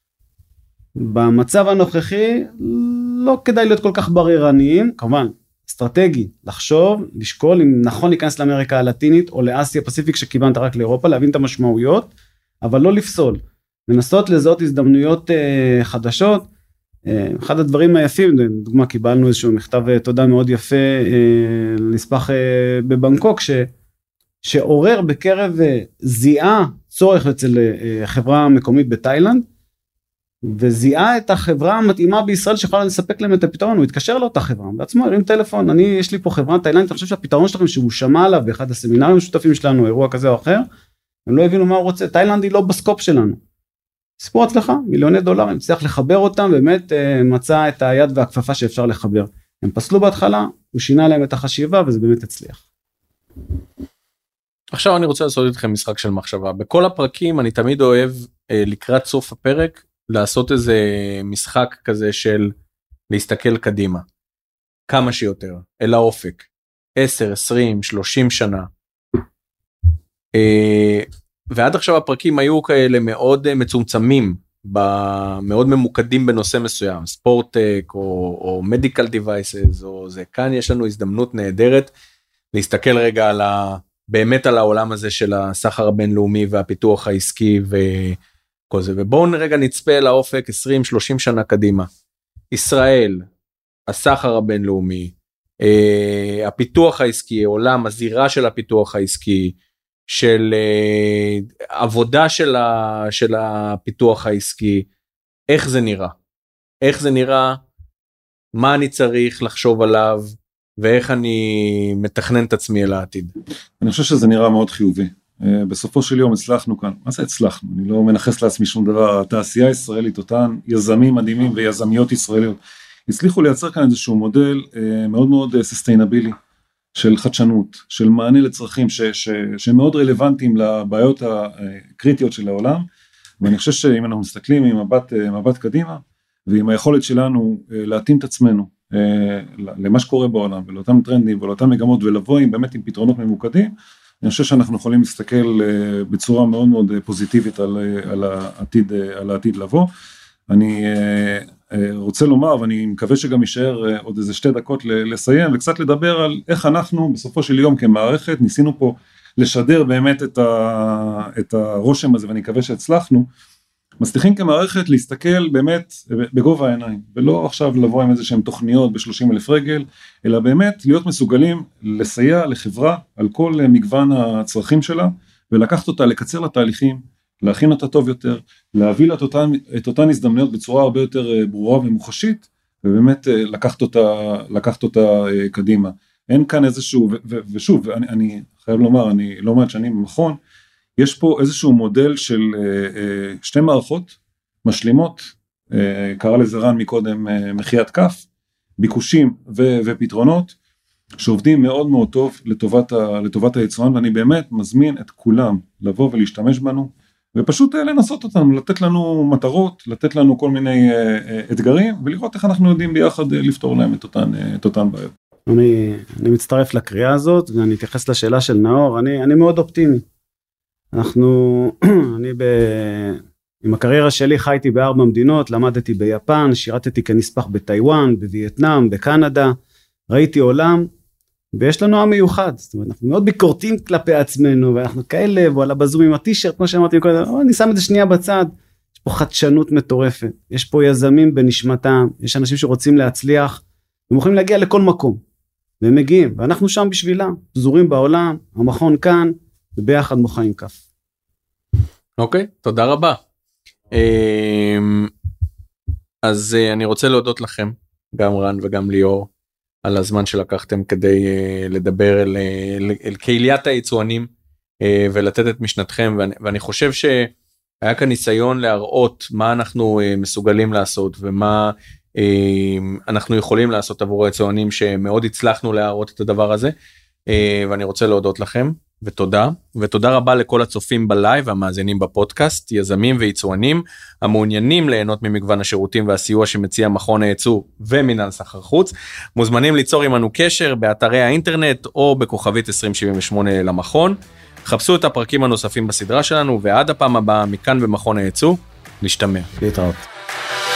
במצב הנוכחי לא כדאי להיות כל כך בררניים, כמובן אסטרטגי, לחשוב, לשקול אם נכון להיכנס לאמריקה הלטינית או לאסיה פסיפיק שכיוונת רק לאירופה, להבין את המשמעויות, אבל לא לפסול, לנסות לזהות הזדמנויות חדשות. אחד הדברים היפים, דוגמה קיבלנו איזשהו מכתב תודה מאוד יפה, נספח בבנקוק, שעורר בקרב זיהה צורך אצל חברה מקומית בתאילנד, וזיהה את החברה המתאימה בישראל שיכולה לספק להם את הפתרון. הוא התקשר לאותה חברה, בעצמו הרים טלפון, יש לי פה חברה תאילנדית, אני חושב שהפתרון שלכם שהוא שמע עליו באחד הסמינרים המשותפים שלנו, אירוע כזה או אחר, הם לא הבינו מה הוא רוצה, תאילנד היא לא בסקופ שלנו. סיפור הצלחה, $מיליוני, הם צריך לחבר אותם, באמת מצא את היד והכפפה שאפשר לחבר. הם פסלו בהתחלה, הוא שינה להם את החשיבה, וזה באמת הצליח. עכשיו אני רוצה לעשות איתכם משחק של מחשבה. בכל הפרקים אני תמיד אוהב לקראת סוף הפרק, לעשות איזה משחק כזה של להסתכל קדימה. כמה שיותר, אל האופק. 10, 20, 30 שנה. ועד עכשיו הפרקים היו כאלה מאוד מצומצמים, מאוד ממוקדים בנושא מסוים, ספורטק או medical devices, או זה. כאן יש לנו הזדמנות נהדרת להסתכל רגע באמת על העולם הזה של הסחר הבינלאומי והפיתוח העסקי וכל זה. ובואו רגע נצפה לאופק 20-30 שנה קדימה. ישראל, הסחר הבינלאומי, הפיתוח העסקי, עולם, הזירה של הפיתוח העסקי, של עבודה של הפיתוח העסקי, איך זה נראה, מה אני צריך לחשוב עליו, ואיך אני מתכנן את עצמי אל העתיד. אני חושב שזה נראה מאוד חיובי. בסופו של יום הצלחנו כאן, מה זה הצלחנו? אני לא מנחס לעצמי שום דבר, התעשייה הישראלית, אותן יזמים מדהימים ויזמיות ישראליות, הצליחו לייצר כאן איזשהו מודל מאוד מאוד ססטיינבילי, של חדשנות, של מענה לצרכים שמאוד רלוונטיים לבעיות הקריטיות של העולם, ואני חושב שאם אנחנו מסתכלים עם מבט קדימה, ועם היכולת שלנו להתאים את עצמנו למה שקורה בעולם, ולאותם טרנדים ולאותם מגמות, ולבוא באמת עם פתרונות ממוקדים, אני חושב שאנחנו יכולים להסתכל בצורה מאוד מאוד פוזיטיבית על העתיד לבוא. אני רוצה לומר, ואני מקווה שגם יישאר עוד איזה 2 דקות לסיים, וקצת לדבר על איך אנחנו בסופו של יום כמערכת, ניסינו פה לשדר באמת את הרושם הזה, ואני מקווה שהצלחנו, מצליחים כמערכת להסתכל באמת בגובה העיניים, ולא עכשיו לבוא עם איזה שהן תוכניות ב-30,000 רגל, אלא באמת להיות מסוגלים לסייע לחברה על כל מגוון הצרכים שלה, ולקחת אותה, לקצר לתהליכים, להכין אותה טוב יותר, להביא את אותן הזדמנויות בצורה הרבה יותר ברורה ומוחשית, ובאמת לקחת אותה קדימה. אין כאן איזשהו, ושוב, אני חייב לומר, אני לא מעט שנים במכון, יש פה איזשהו מודל של 2 מערכות משלימות, קרא לזה רן מקודם מחיית כף, ביקושים ופתרונות, שעובדים מאוד מאוד טוב לטובת היצואן, ואני באמת מזמין את כולם לבוא ולהשתמש בנו, ופשוט לנסות אותנו, לתת לנו מטרות, לתת לנו כל מיני אתגרים, ולראות איך אנחנו יודעים ביחד לפתור להם את אותן בעיות. אני מצטרף לקריאה הזאת, ואני אתייחס לשאלה של נאור, אני מאוד אופטימי. עם הקריירה שלי חייתי ב4 מדינות, למדתי ביפן, שירתתי כנספח בטיואן, בווייטנאם, בקנדה, ראיתי עולם, ויש לנו עם מיוחד, זאת אומרת, אנחנו מאוד ביקורתים כלפי עצמנו, ואנחנו כאלה, ועלה בזום עם הטישרט, כמו שאמרתי, אני שם את זה שנייה בצד, יש פה חדשנות מטורפת, יש פה יזמים בנשמתם, יש אנשים שרוצים להצליח, הם יכולים להגיע לכל מקום, והם מגיעים, ואנחנו שם בשבילם, פזורים בעולם, המכון כאן, וביחד מוחאים כף. אוקיי, תודה רבה. אז אני רוצה להודות לכם, גם רן וגם ליאור, על הזמן שלקחתם כדי לדבר אל קהיליית היצואנים, ולתת את משנתכם, ואני חושב שהיה כאן ניסיון להראות מה אנחנו מסוגלים לעשות, ומה אנחנו יכולים לעשות עבור היצואנים, שמאוד הצלחנו להראות את הדבר הזה, ואני רוצה להודות לכם. ותודה רבה לכל הצופים בלייב והמאזינים בפודקאסט, יזמים ויצואנים המעוניינים ליהנות ממגוון השירותים והסיוע שמציע מכון הייצוא ומינהל סחר חוץ, מוזמנים ליצור עמנו קשר באתרי האינטרנט או בכוכבית 2078 למכון. חפשו את הפרקים הנוספים בסדרה שלנו, ועד הפעם הבאה מכאן במכון הייצוא, נשתמע. להתראות.